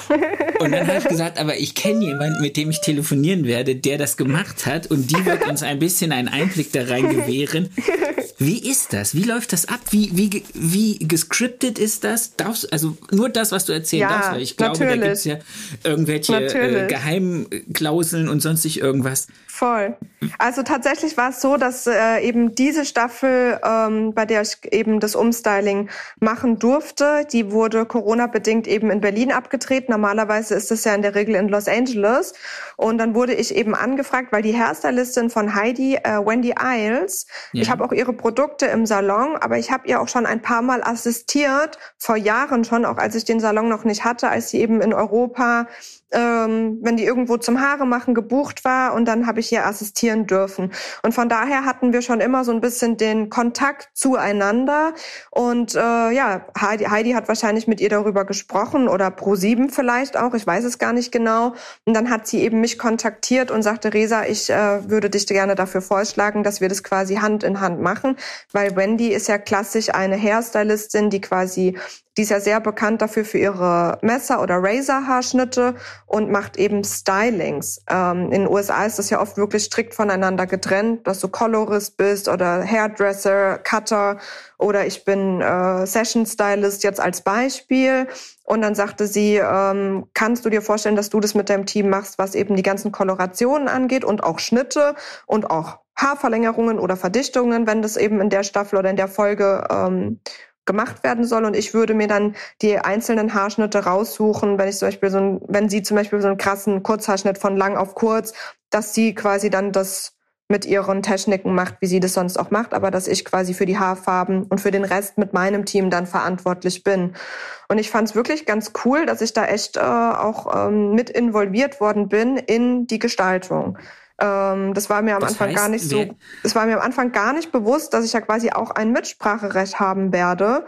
Und dann habe ich gesagt, aber ich kenne jemanden, mit dem ich telefonieren werde, der das gemacht hat und die wird uns ein bisschen einen Einblick da rein gewähren. Wie ist das? Wie läuft das ab? Wie, wie, wie gescriptet ist das? Darfst, also nur das, was du erzählen Ja, darfst, weil ich glaube, natürlich. da gibt's ja irgendwelche äh, Natürlich. Geheimklauseln und sonstig irgendwas. Voll. Also tatsächlich war es so, dass äh, eben diese Staffel, ähm, bei der ich eben das Umstyling machen durfte, die wurde Corona-bedingt eben in Berlin abgedreht. Normalerweise ist es ja in der Regel in Los Angeles. Und dann wurde ich eben angefragt, weil die Hairstylistin von Heidi, äh, Wendy Isles, Ja. ich habe auch ihre Produkte im Salon, aber ich habe ihr auch schon ein paar Mal assistiert, vor Jahren schon, auch als ich den Salon noch nicht hatte, als sie eben in Europa, ähm, wenn die irgendwo zum Haare machen gebucht war, und dann habe ich ihr assistieren dürfen. Und von daher hatten wir schon immer so ein bisschen den Kontakt zueinander. Und äh, ja, Heidi, Heidi hat wahrscheinlich mit ihr darüber gesprochen oder ProSieben vielleicht auch, ich weiß es gar nicht genau. Und dann hat sie eben mich kontaktiert und sagte, Resa, ich äh, würde dich gerne dafür vorschlagen, dass wir das quasi Hand in Hand machen, weil Wendy ist ja klassisch eine Hairstylistin, die quasi Die ist ja sehr bekannt dafür für ihre Messer- oder Razor-Haarschnitte und macht eben Stylings. Ähm, in den U S A ist das ja oft wirklich strikt voneinander getrennt, dass du Colorist bist oder Hairdresser, Cutter oder ich bin äh, Session-Stylist jetzt als Beispiel. Und dann sagte sie, ähm, kannst du dir vorstellen, dass du das mit deinem Team machst, was eben die ganzen Kolorationen angeht und auch Schnitte und auch Haarverlängerungen oder Verdichtungen, wenn das eben in der Staffel oder in der Folge ähm, gemacht werden soll, und ich würde mir dann die einzelnen Haarschnitte raussuchen, wenn ich zum Beispiel so ein, wenn sie zum Beispiel so einen krassen Kurzhaarschnitt von lang auf kurz, dass sie quasi dann das mit ihren Techniken macht, wie sie das sonst auch macht, aber dass ich quasi für die Haarfarben und für den Rest mit meinem Team dann verantwortlich bin. Und ich fand es wirklich ganz cool, dass ich da echt äh, auch ähm, mit involviert worden bin in die Gestaltung. Ähm, das war mir am Das Anfang heißt, gar nicht so, wer- es war mir am Anfang gar nicht bewusst, dass ich ja quasi auch ein Mitspracherecht haben werde,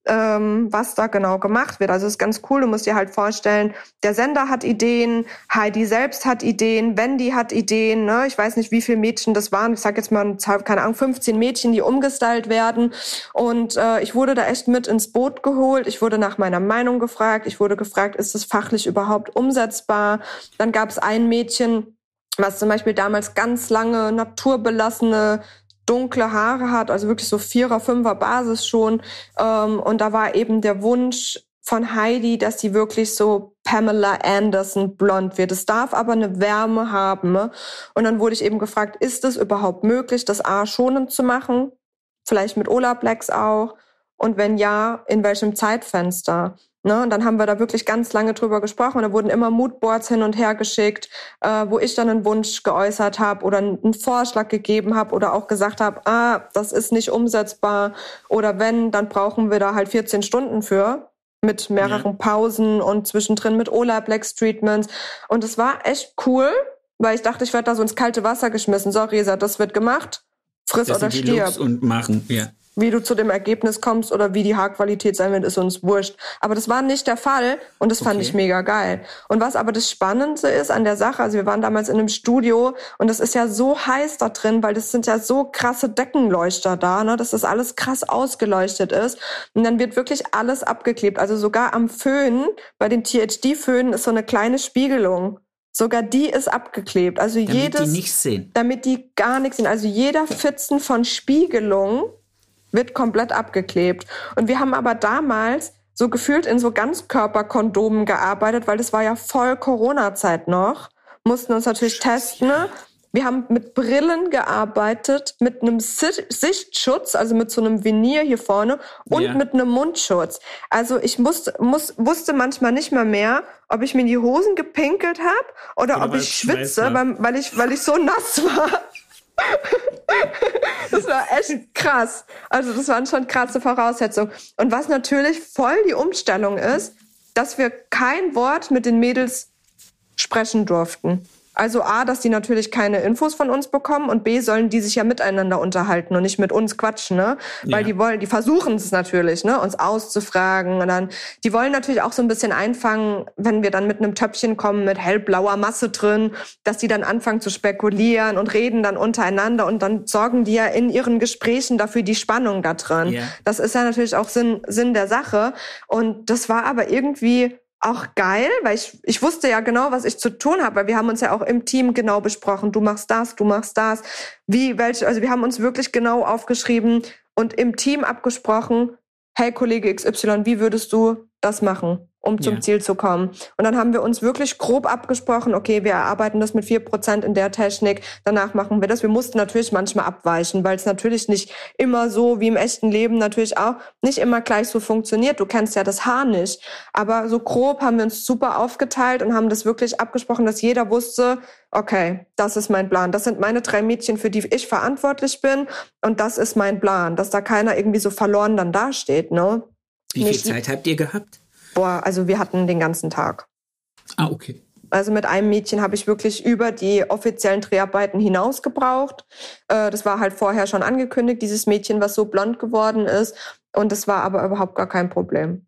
ähm, was da genau gemacht wird. Also es ist ganz cool, du musst dir halt vorstellen, der Sender hat Ideen, Heidi selbst hat Ideen, Wendy hat Ideen, ne? Ich weiß nicht, wie viele Mädchen das waren, ich sag jetzt mal, keine Ahnung, fünfzehn Mädchen, die umgestylt werden, und äh, ich wurde da echt mit ins Boot geholt, ich wurde nach meiner Meinung gefragt, ich wurde gefragt, ist das fachlich überhaupt umsetzbar? Dann gab es ein Mädchen, was zum Beispiel damals ganz lange naturbelassene dunkle Haare hat, also wirklich so Vierer-, Fünfer Basis schon. Ähm, und da war eben der Wunsch von Heidi, dass sie wirklich so Pamela Anderson blond wird. Es darf aber eine Wärme haben. Ne? Und dann wurde ich eben gefragt, ist es überhaupt möglich, das A schonend zu machen? Vielleicht mit Olaplex auch? Und wenn ja, in welchem Zeitfenster? Ne, und dann haben wir da wirklich ganz lange drüber gesprochen. Da wurden immer Moodboards hin und her geschickt, äh, wo ich dann einen Wunsch geäußert habe oder einen Vorschlag gegeben habe oder auch gesagt habe, ah, das ist nicht umsetzbar. Oder wenn, dann brauchen wir da halt vierzehn Stunden für, mit mehreren Pausen und zwischendrin mit Olaplex-Treatments. Und es war echt cool, weil ich dachte, ich werde da so ins kalte Wasser geschmissen. So, Resa, das wird gemacht. friss das oder sind die stirb. Looks und machen, ja. Wie du zu dem Ergebnis kommst oder wie die Haarqualität sein wird, ist uns wurscht. Aber das war nicht der Fall und das fand Okay. ich mega geil. Und was aber das Spannendste ist an der Sache, also wir waren damals in einem Studio und es ist ja so heiß da drin, weil das sind ja so krasse Deckenleuchter da, ne, dass das alles krass ausgeleuchtet ist. Und dann wird wirklich alles abgeklebt. Also sogar am Föhn, bei den T H D-Föhnen ist so eine kleine Spiegelung. Sogar die ist abgeklebt. Also Damit jedes, die nichts sehen. Damit die gar nichts sehen. Also jeder Pfützen von Spiegelung wird komplett abgeklebt. Und wir haben aber damals so gefühlt in so Ganzkörperkondomen gearbeitet, weil das war ja voll Corona-Zeit noch. Mussten uns natürlich testen. Ne? Wir haben mit Brillen gearbeitet, mit einem Si- Sichtschutz, also mit so einem Venier hier vorne und Ja. mit einem Mundschutz. Also ich musste, muss, wusste manchmal nicht mal mehr, ob ich mir in die Hosen gepinkelt habe oder, Oder ob weil ich es Schweiß schwitze, war. weil, weil, ich, weil ich so nass war. Das war echt krass. Also das waren schon krasse Voraussetzungen. Und was natürlich voll die Umstellung ist, dass wir kein Wort mit den Mädels sprechen durften. Also A, dass die natürlich keine Infos von uns bekommen und B, sollen die sich ja miteinander unterhalten und nicht mit uns quatschen, ne? Weil Ja. die wollen, die versuchen es natürlich, ne, uns auszufragen und dann, die wollen natürlich auch so ein bisschen einfangen, wenn wir dann mit einem Töpfchen kommen mit hellblauer Masse drin, dass die dann anfangen zu spekulieren und reden dann untereinander und dann sorgen die ja in ihren Gesprächen dafür die Spannung da drin. Ja. Das ist ja natürlich auch Sinn, Sinn der Sache und das war aber irgendwie auch geil, weil ich, ich wusste ja genau, was ich zu tun habe, weil wir haben uns ja auch im Team genau besprochen. Du machst das, du machst das. Wie, welche, also wir haben uns wirklich genau aufgeschrieben und im Team abgesprochen, hey Kollege X Y, wie würdest du das machen, um zum Ja. Ziel zu kommen? Und dann haben wir uns wirklich grob abgesprochen, okay, wir erarbeiten das mit vier Prozent in der Technik, danach machen wir das. Wir mussten natürlich manchmal abweichen, weil es natürlich nicht immer so wie im echten Leben natürlich auch nicht immer gleich so funktioniert. Du kennst ja das Haar nicht. Aber so grob haben wir uns super aufgeteilt und haben das wirklich abgesprochen, dass jeder wusste, okay, das ist mein Plan. Das sind meine drei Mädchen, für die ich verantwortlich bin. Und das ist mein Plan, dass da keiner irgendwie so verloren dann dasteht, ne? Wie viel Nicht- Zeit habt ihr gehabt? Boah, also wir hatten den ganzen Tag. Ah, okay. Also mit einem Mädchen habe ich wirklich über die offiziellen Dreharbeiten hinaus gebraucht. Äh, das war halt vorher schon angekündigt, dieses Mädchen, was so blond geworden ist. Und das war aber überhaupt gar kein Problem.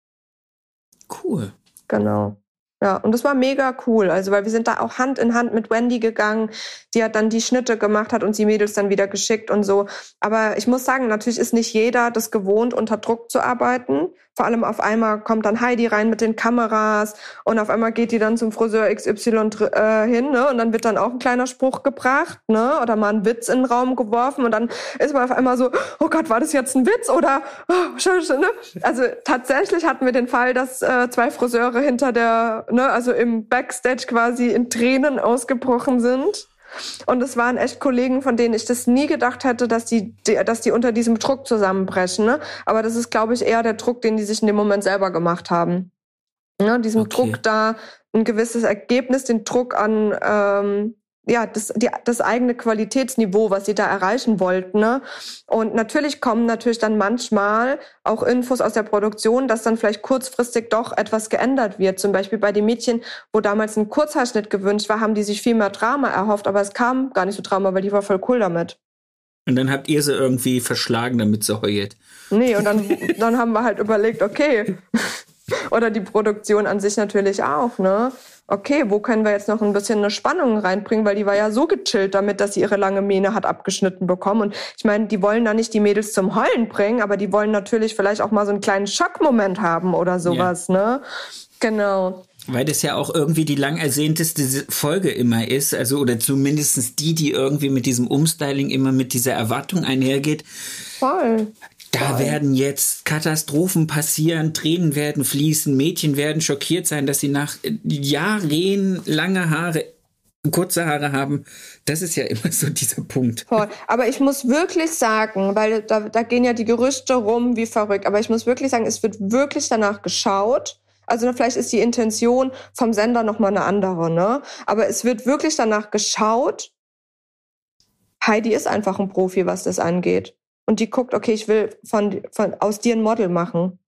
Cool. Genau. Ja, und das war mega cool. Also, weil wir sind da auch Hand in Hand mit Wendy gegangen. Die hat dann die Schnitte gemacht, hat uns die Mädels dann wieder geschickt und so. Aber ich muss sagen, natürlich ist nicht jeder das gewohnt, unter Druck zu arbeiten. Vor allem auf einmal kommt dann Heidi rein mit den Kameras und auf einmal geht die dann zum Friseur X Y dr- äh, hin, ne? Und dann wird dann auch ein kleiner Spruch gebracht, ne? Oder mal ein Witz in den Raum geworfen und dann ist man auf einmal so, oh Gott, war das jetzt ein Witz? Oder, oh, scheiße, ne? Also tatsächlich hatten wir den Fall, dass äh, zwei Friseure hinter der, ne, also im Backstage quasi in Tränen ausgebrochen sind. Und es waren echt Kollegen, von denen ich das nie gedacht hätte, dass die, die, dass die unter diesem Druck zusammenbrechen. Ne? Aber das ist, glaube ich, eher der Druck, den die sich in dem Moment selber gemacht haben. Ne? Diesen Okay. Druck da, ein gewisses Ergebnis, den Druck an ähm, ja das, die, das eigene Qualitätsniveau, was sie da erreichen wollten. Ne? Und natürlich kommen natürlich dann manchmal auch Infos aus der Produktion, dass dann vielleicht kurzfristig doch etwas geändert wird. Zum Beispiel bei den Mädchen, wo damals ein Kurzhaarschnitt gewünscht war, haben die sich viel mehr Drama erhofft, aber es kam gar nicht so Drama, weil die war voll cool damit. Und dann habt ihr sie irgendwie verschlagen, damit sie heult. Nee, und dann, dann haben wir halt überlegt, okay. Oder die Produktion an sich natürlich auch, ne? Okay, wo können wir jetzt noch ein bisschen eine Spannung reinbringen, weil die war ja so gechillt damit, dass sie ihre lange Mähne hat abgeschnitten bekommen. Und ich meine, die wollen da nicht die Mädels zum Heulen bringen, aber die wollen natürlich vielleicht auch mal so einen kleinen Schockmoment haben oder sowas, ne? Genau. Weil das ja auch irgendwie die lang ersehnteste Folge immer ist, also oder zumindest die, die irgendwie mit diesem Umstyling immer mit dieser Erwartung einhergeht. Voll. Da werden jetzt Katastrophen passieren, Tränen werden fließen, Mädchen werden schockiert sein, dass sie nach Jahren lange Haare, kurze Haare haben. Das ist ja immer so dieser Punkt. Voll. Aber ich muss wirklich sagen, weil da, da gehen ja die Gerüchte rum wie verrückt, aber ich muss wirklich sagen, es wird wirklich danach geschaut. Also vielleicht ist die Intention vom Sender nochmal eine andere, ne? Aber es wird wirklich danach geschaut. Heidi ist einfach ein Profi, was das angeht. Und die guckt, okay, ich will von, von aus dir ein Model machen.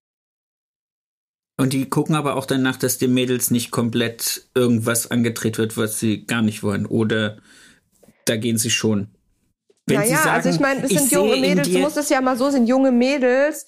Und die gucken aber auch danach, dass den Mädels nicht komplett irgendwas angedreht wird, was sie gar nicht wollen. Oder da gehen sie schon. Wenn naja, sie sagen, also ich meine, es ich sind junge sehe in Mädels, du dir- musst es ja mal so, sind junge Mädels,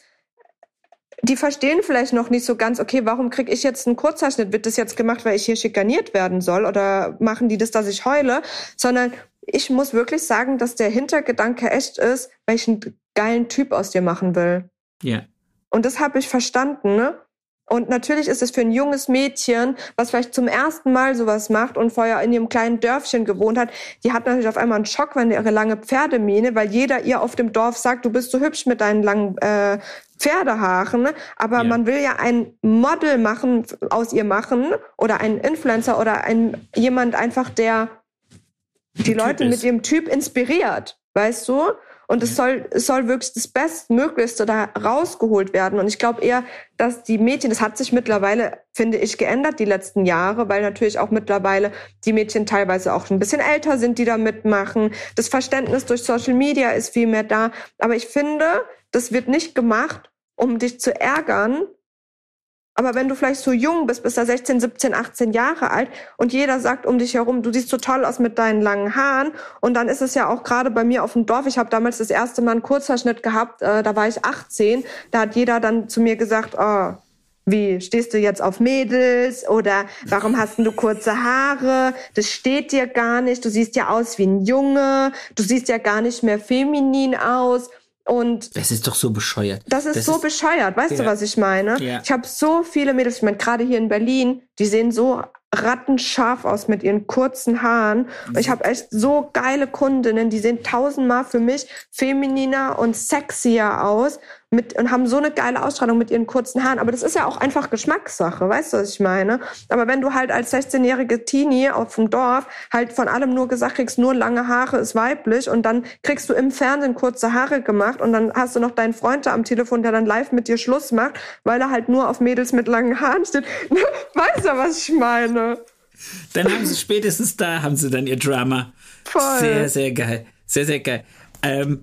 die verstehen vielleicht noch nicht so ganz, okay, warum kriege ich jetzt einen Kurzhaarschnitt? Wird das jetzt gemacht, weil ich hier schikaniert werden soll? Oder machen die das, dass ich heule? Sondern ich muss wirklich sagen, dass der Hintergedanke echt ist, weil ich einen geilen Typ aus dir machen will. Ja. Und das habe ich verstanden, ne? Und natürlich ist es für ein junges Mädchen, was vielleicht zum ersten Mal sowas macht und vorher in ihrem kleinen Dörfchen gewohnt hat, die hat natürlich auf einmal einen Schock, wenn ihre lange Pferdemähne, weil jeder ihr auf dem Dorf sagt, du bist so hübsch mit deinen langen äh, Pferdehaaren. Ne? Aber Ja. man will ja ein Model machen, aus ihr machen oder einen Influencer oder ein jemand einfach, der die Leute ist. mit ihrem Typ inspiriert, weißt du? Und es soll, es soll wirklich das Bestmöglichste da rausgeholt werden. Und ich glaube eher, dass die Mädchen, das hat sich mittlerweile, finde ich, geändert die letzten Jahre, weil natürlich auch mittlerweile die Mädchen teilweise auch schon ein bisschen älter sind, die da mitmachen. Das Verständnis durch Social Media ist viel mehr da. Aber ich finde, das wird nicht gemacht, um dich zu ärgern. Aber wenn du vielleicht so jung bist, bist du sechzehn, siebzehn, achtzehn Jahre alt und jeder sagt um dich herum, du siehst so toll aus mit deinen langen Haaren. Und dann ist es ja auch gerade bei mir auf dem Dorf, ich habe damals das erste Mal einen Kurzhaarschnitt gehabt, äh, da war ich achtzehn, da hat jeder dann zu mir gesagt, oh, wie, stehst du jetzt auf Mädels oder warum hast denn du kurze Haare? Das steht dir gar nicht, du siehst ja aus wie ein Junge, du siehst ja gar nicht mehr feminin aus. Und Das ist doch so bescheuert. das ist Das so ist- bescheuert, weißt Ja. du, was ich meine? Ja. Ich habe so viele Mädels, ich meine, gerade hier in Berlin, die sehen so rattenscharf aus mit ihren kurzen Haaren. Und ich habe echt so geile Kundinnen, die sehen tausendmal für mich femininer und sexier aus mit, und haben so eine geile Ausstrahlung mit ihren kurzen Haaren. Aber das ist ja auch einfach Geschmackssache, weißt du, was ich meine? Aber wenn du halt als sechzehnjährige Teenie auf dem Dorf halt von allem nur gesagt kriegst, nur lange Haare ist weiblich und dann kriegst du im Fernsehen kurze Haare gemacht und dann hast du noch deinen Freund da am Telefon, der dann live mit dir Schluss macht, weil er halt nur auf Mädels mit langen Haaren steht. Weißt du, was ich meine? Dann haben sie spätestens da, haben sie dann ihr Drama. Voll. Sehr, sehr geil. Sehr, sehr geil. Ähm,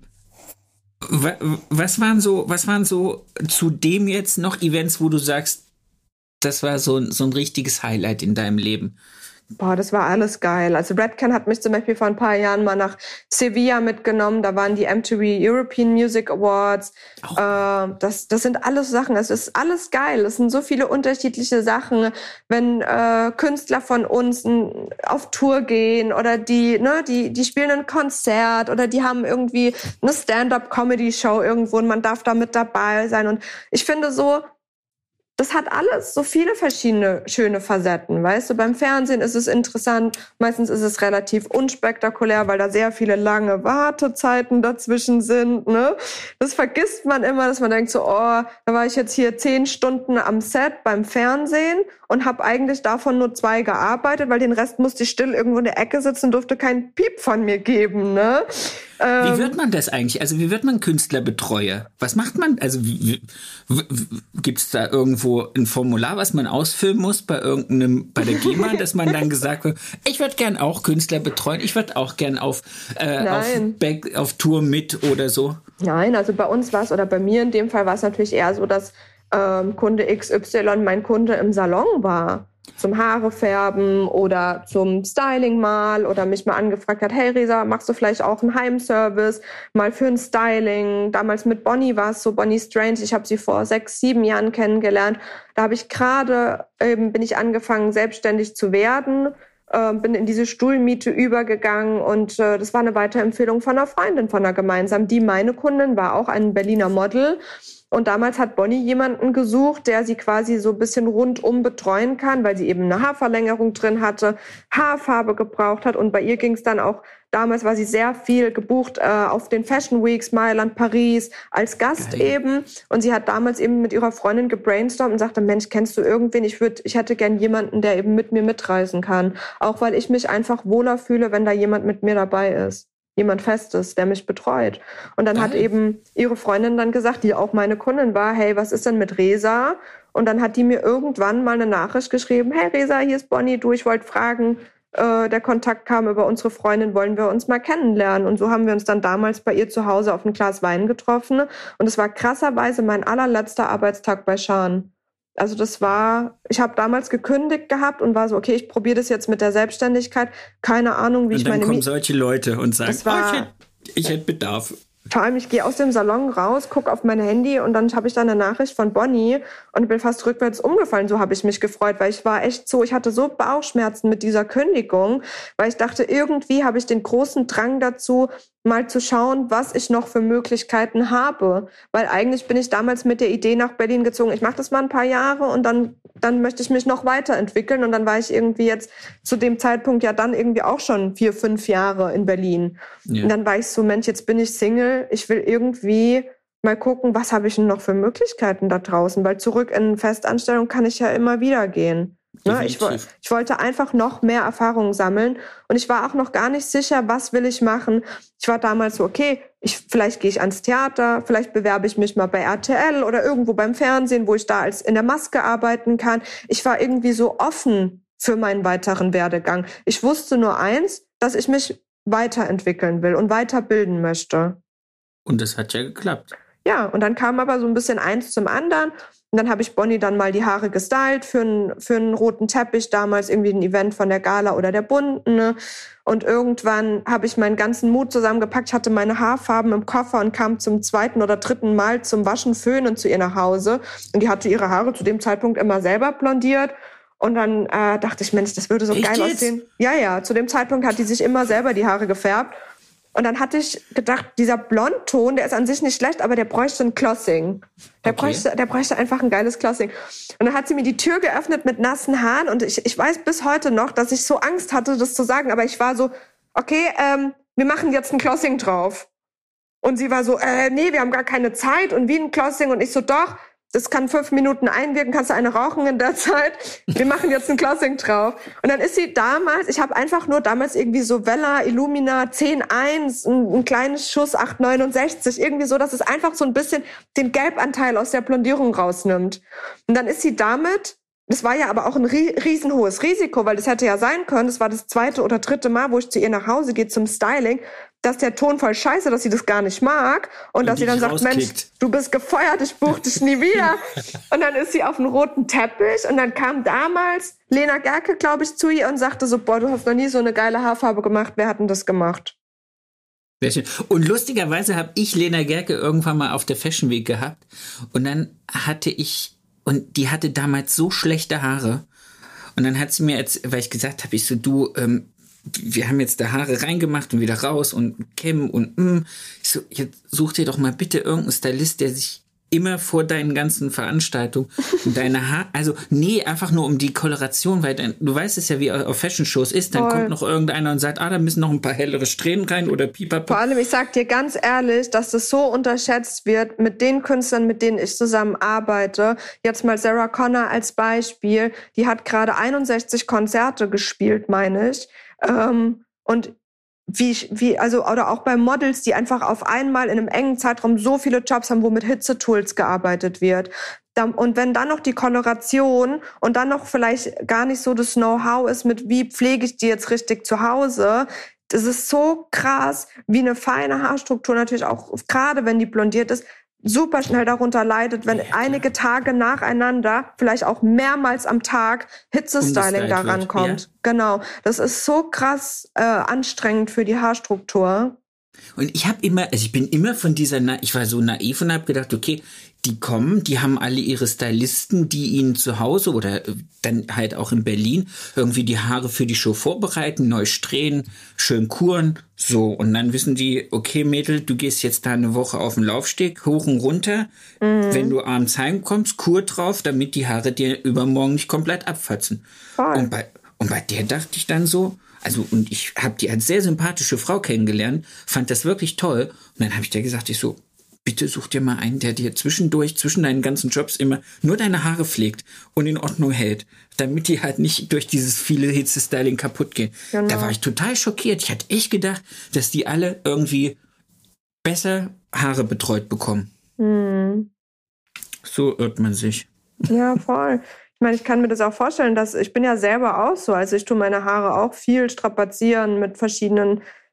wa- was waren so, was waren so zudem jetzt noch Events, wo du sagst, das war so, ein- so ein richtiges Highlight in deinem Leben? Boah, das war alles geil. Also Redken hat mich zum Beispiel vor ein paar Jahren mal nach Sevilla mitgenommen. Da waren die M T V European Music Awards. Äh, das, das sind alles Sachen. Es ist alles geil. Es sind so viele unterschiedliche Sachen. Wenn äh, Künstler von uns n, auf Tour gehen oder die, ne, die, die spielen ein Konzert oder die haben irgendwie eine Stand-up-Comedy-Show irgendwo und man darf da mit dabei sein. Und ich finde so, das hat alles so viele verschiedene schöne Facetten, weißt du? Beim Fernsehen ist es interessant, meistens ist es relativ unspektakulär, weil da sehr viele lange Wartezeiten dazwischen sind, ne? Das vergisst man immer, dass man denkt so, oh, da war ich jetzt hier zehn Stunden am Set beim Fernsehen und habe eigentlich davon nur zwei gearbeitet, weil den Rest musste ich still irgendwo in der Ecke sitzen, durfte keinen Piep von mir geben, ne? Ähm, Wie wird man das eigentlich? Also wie wird man Künstlerbetreuer? Was macht man? Also gibt es da irgendwo ein Formular, was man ausfüllen muss bei irgendeinem, bei der GEMA, dass man dann gesagt wird, ich würde gern auch Künstler betreuen, ich würde auch gern auf, äh, auf, Nein. Back, auf Tour mit oder so? Nein, also bei uns war es, oder bei mir in dem Fall war es natürlich eher so, dass ähm, Kunde X Y mein Kunde im Salon war. Zum Haare färben oder zum Styling mal oder mich mal angefragt hat, hey Resa, machst du vielleicht auch einen Heimservice, mal für ein Styling. Damals mit Bonnie war es so, Bonnie Strange, ich habe sie vor sechs, sieben Jahren kennengelernt. Da habe ich gerade, ähm, bin ich angefangen, selbstständig zu werden, äh, bin in diese Stuhlmiete übergegangen und äh, das war eine Weiterempfehlung von einer Freundin von einer gemeinsamen, die meine Kundin war, auch ein Berliner Model. Und damals hat Bonnie jemanden gesucht, der sie quasi so ein bisschen rundum betreuen kann, weil sie eben eine Haarverlängerung drin hatte, Haarfarbe gebraucht hat. Und bei ihr ging es dann auch, damals war sie sehr viel gebucht äh, auf den Fashion Weeks, Mailand, Paris, als Gast Geil. eben. Und sie hat damals eben mit ihrer Freundin gebrainstormt und sagte, Mensch, kennst du irgendwen? Ich würde, ich hätte gern jemanden, der eben mit mir mitreisen kann. Auch weil ich mich einfach wohler fühle, wenn da jemand mit mir dabei ist. Jemand Festes, der mich betreut. Und dann Geil. hat eben ihre Freundin dann gesagt, die auch meine Kundin war, hey, was ist denn mit Resa? Und dann hat die mir irgendwann mal eine Nachricht geschrieben, hey Resa, hier ist Bonnie, du, ich wollte fragen, äh, der Kontakt kam über unsere Freundin, wollen wir uns mal kennenlernen? Und so haben wir uns dann damals bei ihr zu Hause auf ein Glas Wein getroffen. Und es war krasserweise mein allerletzter Arbeitstag bei Schan. Also das war, ich habe damals gekündigt gehabt und war so, okay, ich probiere das jetzt mit der Selbstständigkeit. Keine Ahnung, wie Und ich dann meine kommen Miete... solche Leute und sagen, Das war- oh, ich hätte Ich hätte Bedarf. Vor allem, ich gehe aus dem Salon raus, gucke auf mein Handy und dann habe ich da eine Nachricht von Bonnie und bin fast rückwärts umgefallen. So habe ich mich gefreut, weil ich war echt so, ich hatte so Bauchschmerzen mit dieser Kündigung, weil ich dachte, irgendwie habe ich den großen Drang dazu, mal zu schauen, was ich noch für Möglichkeiten habe. Weil eigentlich bin ich damals mit der Idee nach Berlin gezogen, ich mache das mal ein paar Jahre und dann, dann möchte ich mich noch weiterentwickeln. Und dann war ich irgendwie jetzt zu dem Zeitpunkt ja dann irgendwie auch schon vier, fünf Jahre in Berlin. Ja. Und dann war ich so, Mensch, jetzt bin ich Single, ich will irgendwie mal gucken, was habe ich denn noch für Möglichkeiten da draußen, weil zurück in Festanstellung kann ich ja immer wieder gehen. Ne, ich, ich wollte einfach noch mehr Erfahrungen sammeln und ich war auch noch gar nicht sicher, was will ich machen. Ich war damals so, okay, ich, vielleicht gehe ich ans Theater, vielleicht bewerbe ich mich mal bei R T L oder irgendwo beim Fernsehen, wo ich da als in der Maske arbeiten kann. Ich war irgendwie so offen für meinen weiteren Werdegang. Ich wusste nur eins, dass ich mich weiterentwickeln will und weiterbilden möchte. Und das hat ja geklappt. Ja, und dann kam aber so ein bisschen eins zum anderen. Und dann habe ich Bonnie dann mal die Haare gestylt für einen, für einen roten Teppich, damals irgendwie ein Event von der Gala oder der Bunten. Ne? Und irgendwann habe ich meinen ganzen Mut zusammengepackt, hatte meine Haarfarben im Koffer und kam zum zweiten oder dritten Mal zum Waschen, Föhnen zu ihr nach Hause. Und die hatte ihre Haare zu dem Zeitpunkt immer selber blondiert. Und dann äh, dachte ich, Mensch, das würde so Echt geil jetzt? aussehen. Ja, ja, zu dem Zeitpunkt hat die sich immer selber die Haare gefärbt. Und dann hatte ich gedacht, dieser Blondton, der ist an sich nicht schlecht, aber der bräuchte ein Clossing. Der, okay. bräuchte, der bräuchte einfach ein geiles Clossing. Und dann hat sie mir die Tür geöffnet mit nassen Haaren. Und ich, ich weiß bis heute noch, dass ich so Angst hatte, das zu sagen. Aber ich war so, okay, ähm, wir machen jetzt ein Clossing drauf. Und sie war so, äh, nee, wir haben gar keine Zeit. Und wie ein Clossing? Und ich so, doch, das kann fünf Minuten einwirken, kannst du eine rauchen in der Zeit. Wir machen jetzt ein Clossing drauf. Und dann ist sie damals, ich habe einfach nur damals irgendwie so Vella Illumina zehn eins, ein, ein kleines Schuss acht neunundsechzig, irgendwie so, dass es einfach so ein bisschen den Gelbanteil aus der Blondierung rausnimmt. Und dann ist sie damit, das war ja aber auch ein riesenhohes Risiko, weil das hätte ja sein können, das war das zweite oder dritte Mal, wo ich zu ihr nach Hause gehe zum Styling, dass der Ton voll scheiße, dass sie das gar nicht mag und, und dass sie dann sagt, Mensch, du bist gefeuert, ich buch dich nie wieder. Und dann ist sie auf dem roten Teppich und dann kam damals Lena Gerke, glaube ich, zu ihr und sagte so, boah, du hast noch nie so eine geile Haarfarbe gemacht, wer hat denn das gemacht? Sehr schön. Und lustigerweise habe ich Lena Gerke irgendwann mal auf der Fashion Week gehabt und dann hatte ich, und die hatte damals so schlechte Haare und dann hat sie mir, jetzt, weil ich gesagt habe, ich so, du, ähm, wir haben jetzt da Haare reingemacht und wieder raus und kämmen und mm. Ich so, jetzt such dir doch mal bitte irgendeinen Stylist, der sich immer vor deinen ganzen Veranstaltungen deine Haare, also nee, einfach nur um die Koloration, weil dann, du weißt es ja, wie auf Fashion-Shows ist, dann Voll. kommt noch irgendeiner und sagt, ah, da müssen noch ein paar hellere Strähnen rein oder pipapo. Vor allem, ich sag dir ganz ehrlich, dass das so unterschätzt wird mit den Künstlern, mit denen ich zusammen arbeite. Jetzt mal Sarah Connor als Beispiel, die hat gerade einundsechzig Konzerte gespielt, meine ich. Ähm, und wie, wie, also, oder auch bei Models, die einfach auf einmal in einem engen Zeitraum so viele Jobs haben, wo mit Hitzetools gearbeitet wird. Und wenn dann noch die Koloration und dann noch vielleicht gar nicht so das Know-how ist mit, wie pflege ich die jetzt richtig zu Hause, das ist so krass, wie eine feine Haarstruktur natürlich auch, gerade wenn die blondiert ist, super schnell darunter leidet, wenn ja, einige Tage nacheinander, vielleicht auch mehrmals am Tag, Hitzestyling daran kommt. Ja. Genau. Das ist so krass äh, anstrengend für die Haarstruktur. Und ich habe immer, also ich bin immer von dieser, Na- ich war so naiv und habe gedacht, okay, die kommen, die haben alle ihre Stylisten, die ihnen zu Hause oder dann halt auch in Berlin irgendwie die Haare für die Show vorbereiten, neu strähnen, schön kuren, so. Und dann wissen die, okay Mädel, du gehst jetzt da eine Woche auf den Laufsteg, hoch und runter. Mhm. Wenn du abends heimkommst, Kur drauf, damit die Haare dir übermorgen nicht komplett abfatzen. Und bei, und bei der dachte ich dann so, also, und ich habe die als sehr sympathische Frau kennengelernt, fand das wirklich toll. Und dann habe ich dir gesagt, ich so, bitte such dir mal einen, der dir zwischendurch, zwischen deinen ganzen Jobs immer nur deine Haare pflegt und in Ordnung hält, damit die halt nicht durch dieses viele Hitze-Styling kaputt gehen. Genau. Da war ich total schockiert. Ich hatte echt gedacht, dass die alle irgendwie besser Haare betreut bekommen. Hm. So irrt man sich. Ja, voll. Ich meine, ich kann mir das auch vorstellen, dass ich bin ja selber auch so. Also ich tue meine Haare auch viel strapazieren mit verschiedenen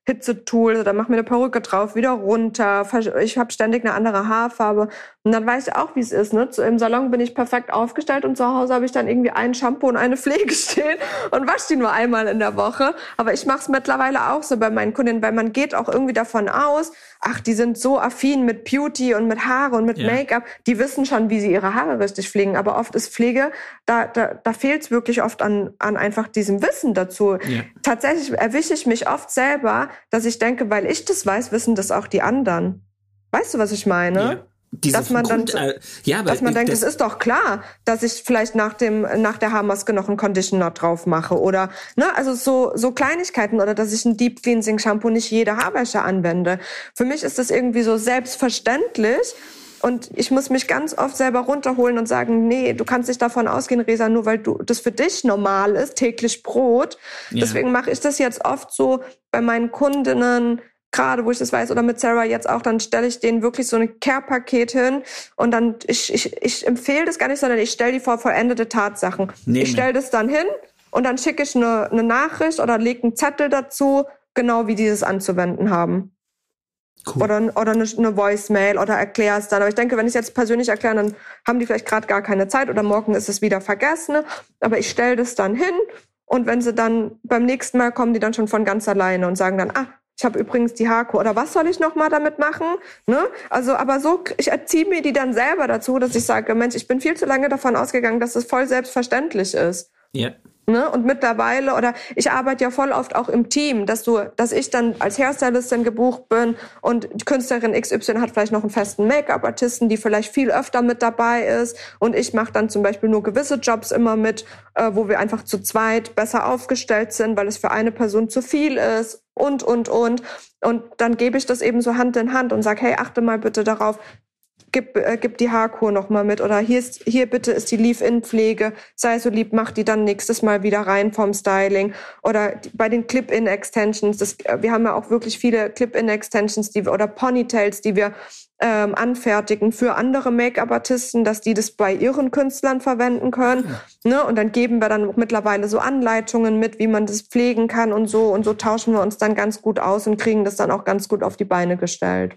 Hitzetool oder mach mir eine Perücke drauf, wieder runter. Ich habe ständig eine andere Haarfarbe. Und dann weiß ich auch, wie es ist. Ne? Im Salon bin ich perfekt aufgestellt und zu Hause habe ich dann irgendwie ein Shampoo und eine Pflege stehen und wasche die nur einmal in der Woche. Aber ich mache es mittlerweile auch so bei meinen Kundinnen, weil man geht auch irgendwie davon aus, ach, die sind so affin mit Beauty und mit Haare und mit ja. Make-up. Die wissen schon, wie sie ihre Haare richtig pflegen. Aber oft ist Pflege, da, da, da fehlt es wirklich oft an, an einfach diesem Wissen dazu. Ja. Tatsächlich erwische ich mich oft selber, dass ich denke, weil ich das weiß, wissen das auch die anderen. Weißt du, was ich meine? Ja. Diese dass man dann, Grund, äh, ja, aber dass man denkt, das es ist doch klar, dass ich vielleicht nach dem nach der Haarmaske noch einen Conditioner drauf mache oder ne, also so so Kleinigkeiten oder dass ich ein Deep Cleansing Shampoo nicht jede Haarwäsche anwende. Für mich ist das irgendwie so selbstverständlich und ich muss mich ganz oft selber runterholen und sagen, nee, du kannst nicht davon ausgehen, Resa, nur weil du das für dich normal ist, täglich Brot. Ja. Deswegen mache ich das jetzt oft so bei meinen Kundinnen, gerade wo ich das weiß, oder mit Sarah jetzt auch, dann stelle ich denen wirklich so ein Care-Paket hin und dann, ich, ich, ich empfehle das gar nicht, sondern ich stelle die vor vollendete Tatsachen. Nee, ich stelle das dann hin und dann schicke ich eine, eine Nachricht oder lege einen Zettel dazu, genau wie die das anzuwenden haben. Cool. Oder, oder eine, eine Voicemail oder erkläre es dann. Aber ich denke, wenn ich es jetzt persönlich erkläre, dann haben die vielleicht gerade gar keine Zeit oder morgen ist es wieder vergessen. Aber ich stelle das dann hin und wenn sie dann beim nächsten Mal kommen, die dann schon von ganz alleine und sagen dann, ah, ich habe übrigens die Haarkur oder was soll ich noch mal damit machen? Ne? Also, aber so, ich erziehe mir die dann selber dazu, dass ich sage, Mensch, ich bin viel zu lange davon ausgegangen, dass es voll selbstverständlich ist. Ja. Ne? Und mittlerweile, oder ich arbeite ja voll oft auch im Team, dass du, dass ich dann als Hairstylistin gebucht bin und die Künstlerin X Y hat vielleicht noch einen festen Make-up-Artisten, die vielleicht viel öfter mit dabei ist und ich mache dann zum Beispiel nur gewisse Jobs immer mit, äh, wo wir einfach zu zweit besser aufgestellt sind, weil es für eine Person zu viel ist und, und, und. Und dann gebe ich das eben so Hand in Hand und sage, hey, achte mal bitte darauf, Gib, äh, gib die Haarkur noch mal mit oder hier ist hier bitte ist die Leave-In-Pflege, sei so lieb, mach die dann nächstes Mal wieder rein vom Styling oder die, bei den Clip-In-Extensions, das, wir haben ja auch wirklich viele Clip-In-Extensions die, oder Ponytails, die wir ähm, anfertigen für andere Make-up-Artisten, dass die das bei ihren Künstlern verwenden können, mhm. ne? Und dann geben wir dann mittlerweile so Anleitungen mit, wie man das pflegen kann und so und so tauschen wir uns dann ganz gut aus und kriegen das dann auch ganz gut auf die Beine gestellt.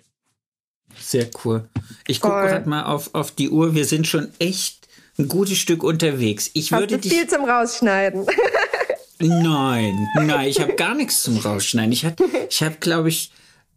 Sehr cool. Ich gucke gerade mal auf, auf die Uhr. Wir sind schon echt ein gutes Stück unterwegs. Ich Hast würde du dich viel zum Rausschneiden? Nein, nein, ich habe gar nichts zum Rausschneiden. Ich habe, ich hab, glaube ich,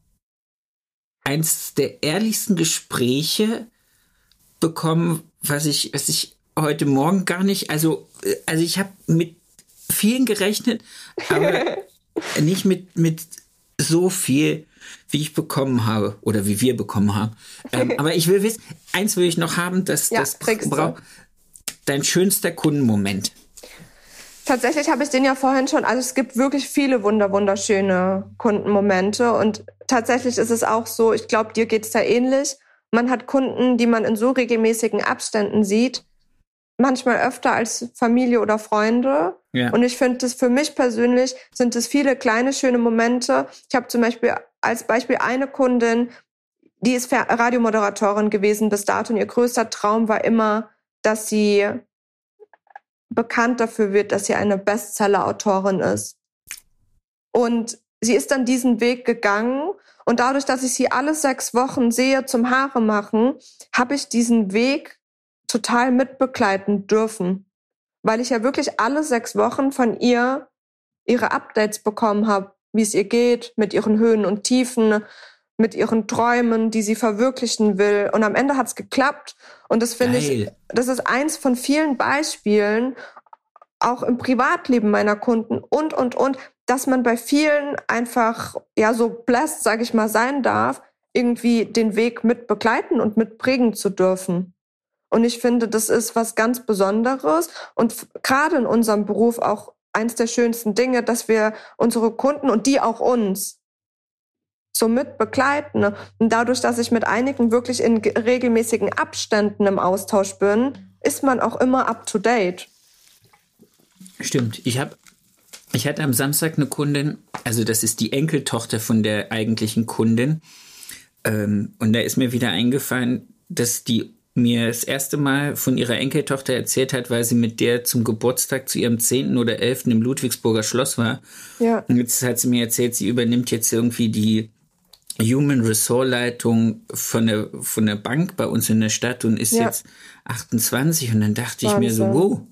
eins der ehrlichsten Gespräche bekommen, was ich, was ich heute Morgen gar nicht, also, also ich habe mit vielen gerechnet, aber nicht mit, mit so viel, wie ich bekommen habe oder wie wir bekommen haben. Ähm, aber ich will wissen, eins will ich noch haben, dass ja, das braucht dein schönster Kundenmoment. Tatsächlich habe ich den ja vorhin schon, also es gibt wirklich viele wunder wunderschöne Kundenmomente und tatsächlich ist es auch so, ich glaube, dir geht's da ähnlich. Man hat Kunden, die man in so regelmäßigen Abständen sieht, manchmal öfter als Familie oder Freunde. Ja. Und ich finde, das für mich persönlich sind es viele kleine, schöne Momente. Ich habe zum Beispiel als Beispiel eine Kundin, die ist Radiomoderatorin gewesen bis dato und ihr größter Traum war immer, dass sie bekannt dafür wird, dass sie eine Bestseller-Autorin ist. Und sie ist dann diesen Weg gegangen und dadurch, dass ich sie alle sechs Wochen sehe zum Haare machen, habe ich diesen Weg total mitbegleiten dürfen, weil ich ja wirklich alle sechs Wochen von ihr ihre Updates bekommen habe, wie es ihr geht, mit ihren Höhen und Tiefen, mit ihren Träumen, die sie verwirklichen will. Und am Ende hat's geklappt. Und das finde ich, das ist eins von vielen Beispielen, auch im Privatleben meiner Kunden und, und, und, dass man bei vielen einfach, ja, so blessed, sag ich mal, sein darf, irgendwie den Weg mit begleiten und mitprägen zu dürfen. Und ich finde, das ist was ganz Besonderes und gerade in unserem Beruf auch eins der schönsten Dinge, dass wir unsere Kunden und die auch uns so mit begleiten. Und dadurch, dass ich mit einigen wirklich in regelmäßigen Abständen im Austausch bin, ist man auch immer up to date. Stimmt. Ich habe, ich hatte am Samstag eine Kundin, also das ist die Enkeltochter von der eigentlichen Kundin. Ähm, und da ist mir wieder eingefallen, dass die mir das erste Mal von ihrer Enkeltochter erzählt hat, weil sie mit der zum Geburtstag zu ihrem zehnten oder elften im Ludwigsburger Schloss war. Ja. Und jetzt hat sie mir erzählt, sie übernimmt jetzt irgendwie die Human Resource Leitung von der, von der Bank bei uns in der Stadt und ist ja. jetzt achtundzwanzig. Und dann dachte ich Wahnsinn. mir so, wow,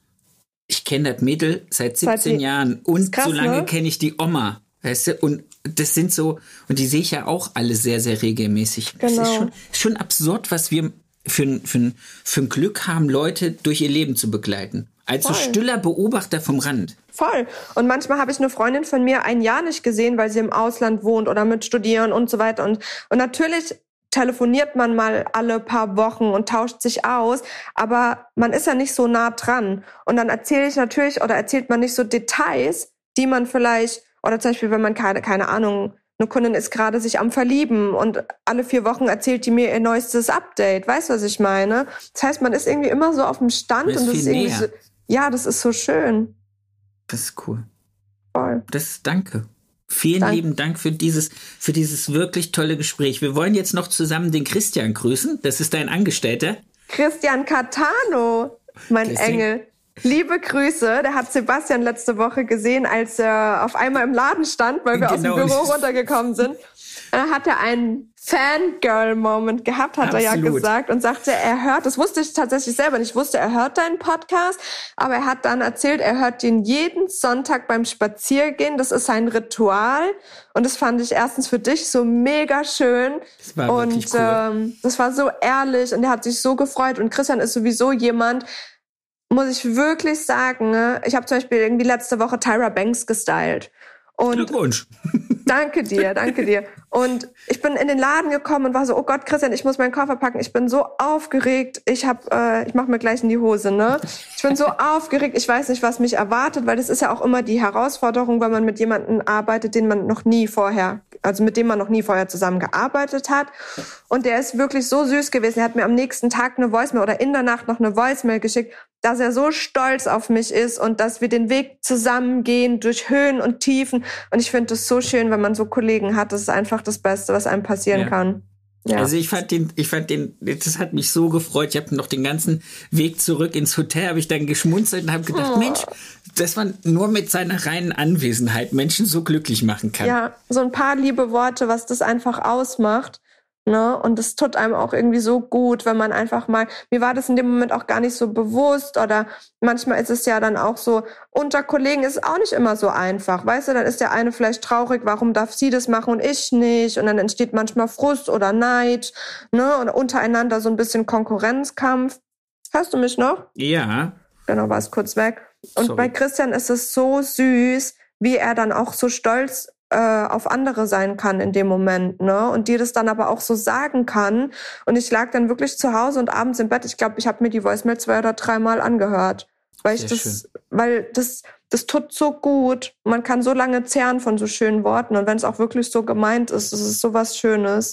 ich kenne das Mädel seit siebzehn seit Jahren und krass, so lange ne? kenne ich die Oma. Weißt du, und das sind so, und die sehe ich ja auch alle sehr, sehr regelmäßig. Genau. Das ist schon, schon absurd, was wir für, für, für ein Glück haben, Leute durch ihr Leben zu begleiten. Als so stiller Beobachter vom Rand. Voll. Und manchmal habe ich eine Freundin von mir ein Jahr nicht gesehen, weil sie im Ausland wohnt oder mit Studieren und so weiter. Und, und natürlich telefoniert man mal alle paar Wochen und tauscht sich aus, aber man ist ja nicht so nah dran. Und dann erzähle ich natürlich oder erzählt man nicht so Details, die man vielleicht, oder zum Beispiel, wenn man keine, keine Ahnung, eine Kundin ist gerade sich am Verlieben und alle vier Wochen erzählt die mir ihr neuestes Update. Weißt du, was ich meine? Das heißt, man ist irgendwie immer so auf dem Stand und das ist irgendwie so, ja, das ist so schön. Das ist cool. Voll. Das ist, danke. Vielen Danke. lieben Dank für dieses, für dieses wirklich tolle Gespräch. Wir wollen jetzt noch zusammen den Christian grüßen. Das ist dein Angestellter. Christian Catano, mein Christian. Engel. Liebe Grüße. Der hat Sebastian letzte Woche gesehen, als er auf einmal im Laden stand, weil wir genau. aus dem Büro runtergekommen sind. Dann hat er einen Fangirl-Moment gehabt, hat Absolut. er ja gesagt, und sagte, er hört, das wusste ich tatsächlich selber nicht, ich wusste, er hört deinen Podcast, aber er hat dann erzählt, er hört den jeden Sonntag beim Spaziergehen, das ist sein Ritual, und das fand ich erstens für dich so mega schön, das war und wirklich cool. ähm, das war so ehrlich, und er hat sich so gefreut, und Christian ist sowieso jemand, muss ich wirklich sagen, ne? Ich habe zum Beispiel irgendwie letzte Woche Tyra Banks gestylt. Und Glückwunsch. Danke dir, danke dir. Und ich bin in den Laden gekommen und war so, oh Gott, Christian, ich muss meinen Koffer packen. Ich bin so aufgeregt. Ich hab, äh, ich mache mir gleich in die Hose, ne? Ich bin so aufgeregt. Ich weiß nicht, was mich erwartet, weil das ist ja auch immer die Herausforderung, wenn man mit jemandem arbeitet, den man noch nie vorher, also mit dem man noch nie vorher zusammengearbeitet hat. Und der ist wirklich so süß gewesen. Er hat mir am nächsten Tag eine Voicemail oder in der Nacht noch eine Voicemail geschickt, dass er so stolz auf mich ist und dass wir den Weg zusammen gehen durch Höhen und Tiefen. Und ich finde das so schön, wenn man so Kollegen hat. Das ist einfach das Beste, was einem passieren ja. kann. Ja. Also ich fand den, ich fand den, das hat mich so gefreut. Ich habe noch den ganzen Weg zurück ins Hotel, habe ich dann geschmunzelt und habe gedacht, oh. Mensch, dass man nur mit seiner reinen Anwesenheit Menschen so glücklich machen kann. Ja, so ein paar liebe Worte, was das einfach ausmacht. Ne? Und es tut einem auch irgendwie so gut, wenn man einfach mal, mir war das in dem Moment auch gar nicht so bewusst, oder manchmal ist es ja dann auch so, unter Kollegen ist es auch nicht immer so einfach, weißt du, dann ist der eine vielleicht traurig, warum darf sie das machen und ich nicht, und dann entsteht manchmal Frust oder Neid, ne, und untereinander so ein bisschen Konkurrenzkampf. Hörst du mich noch? Ja. Genau, war es kurz weg. Und Sorry. Bei Christian ist es so süß, wie er dann auch so stolz auf andere sein kann in dem Moment, ne? Und dir das dann aber auch so sagen kann. Und ich lag dann wirklich zu Hause und abends im Bett. Ich glaube, ich habe mir die Voicemail zwei oder dreimal angehört, weil ich Sehr das, schön. weil das, das tut so gut. Man kann so lange zehren von so schönen Worten, und wenn es auch wirklich so gemeint ist, das ist so was Schönes.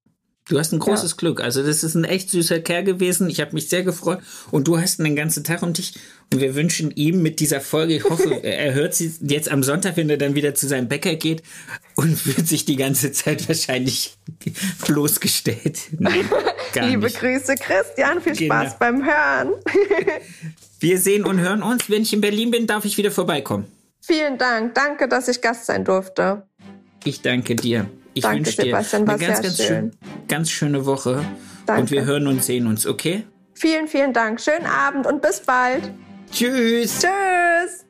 Du hast ein großes ja. Glück. Also das ist ein echt süßer Kerl gewesen. Ich habe mich sehr gefreut. Und du hast ihn den ganzen Tag um dich. Und wir wünschen ihm mit dieser Folge, ich hoffe, er hört sie jetzt am Sonntag, wenn er dann wieder zu seinem Bäcker geht, und fühlt sich die ganze Zeit wahrscheinlich bloßgestellt. Nein, gar Liebe nicht. Grüße, Christian. Viel genau. Spaß beim Hören. Wir sehen und hören uns. Wenn ich in Berlin bin, darf ich wieder vorbeikommen. Vielen Dank. Danke, dass ich Gast sein durfte. Ich danke dir. Ich danke, wünsche dir Sebastian, eine ganz, ganz, schön. schön, ganz schöne Woche. Danke. Und wir hören und sehen uns, okay? Vielen, vielen Dank. Schönen Abend und bis bald. Tschüss. Tschüss.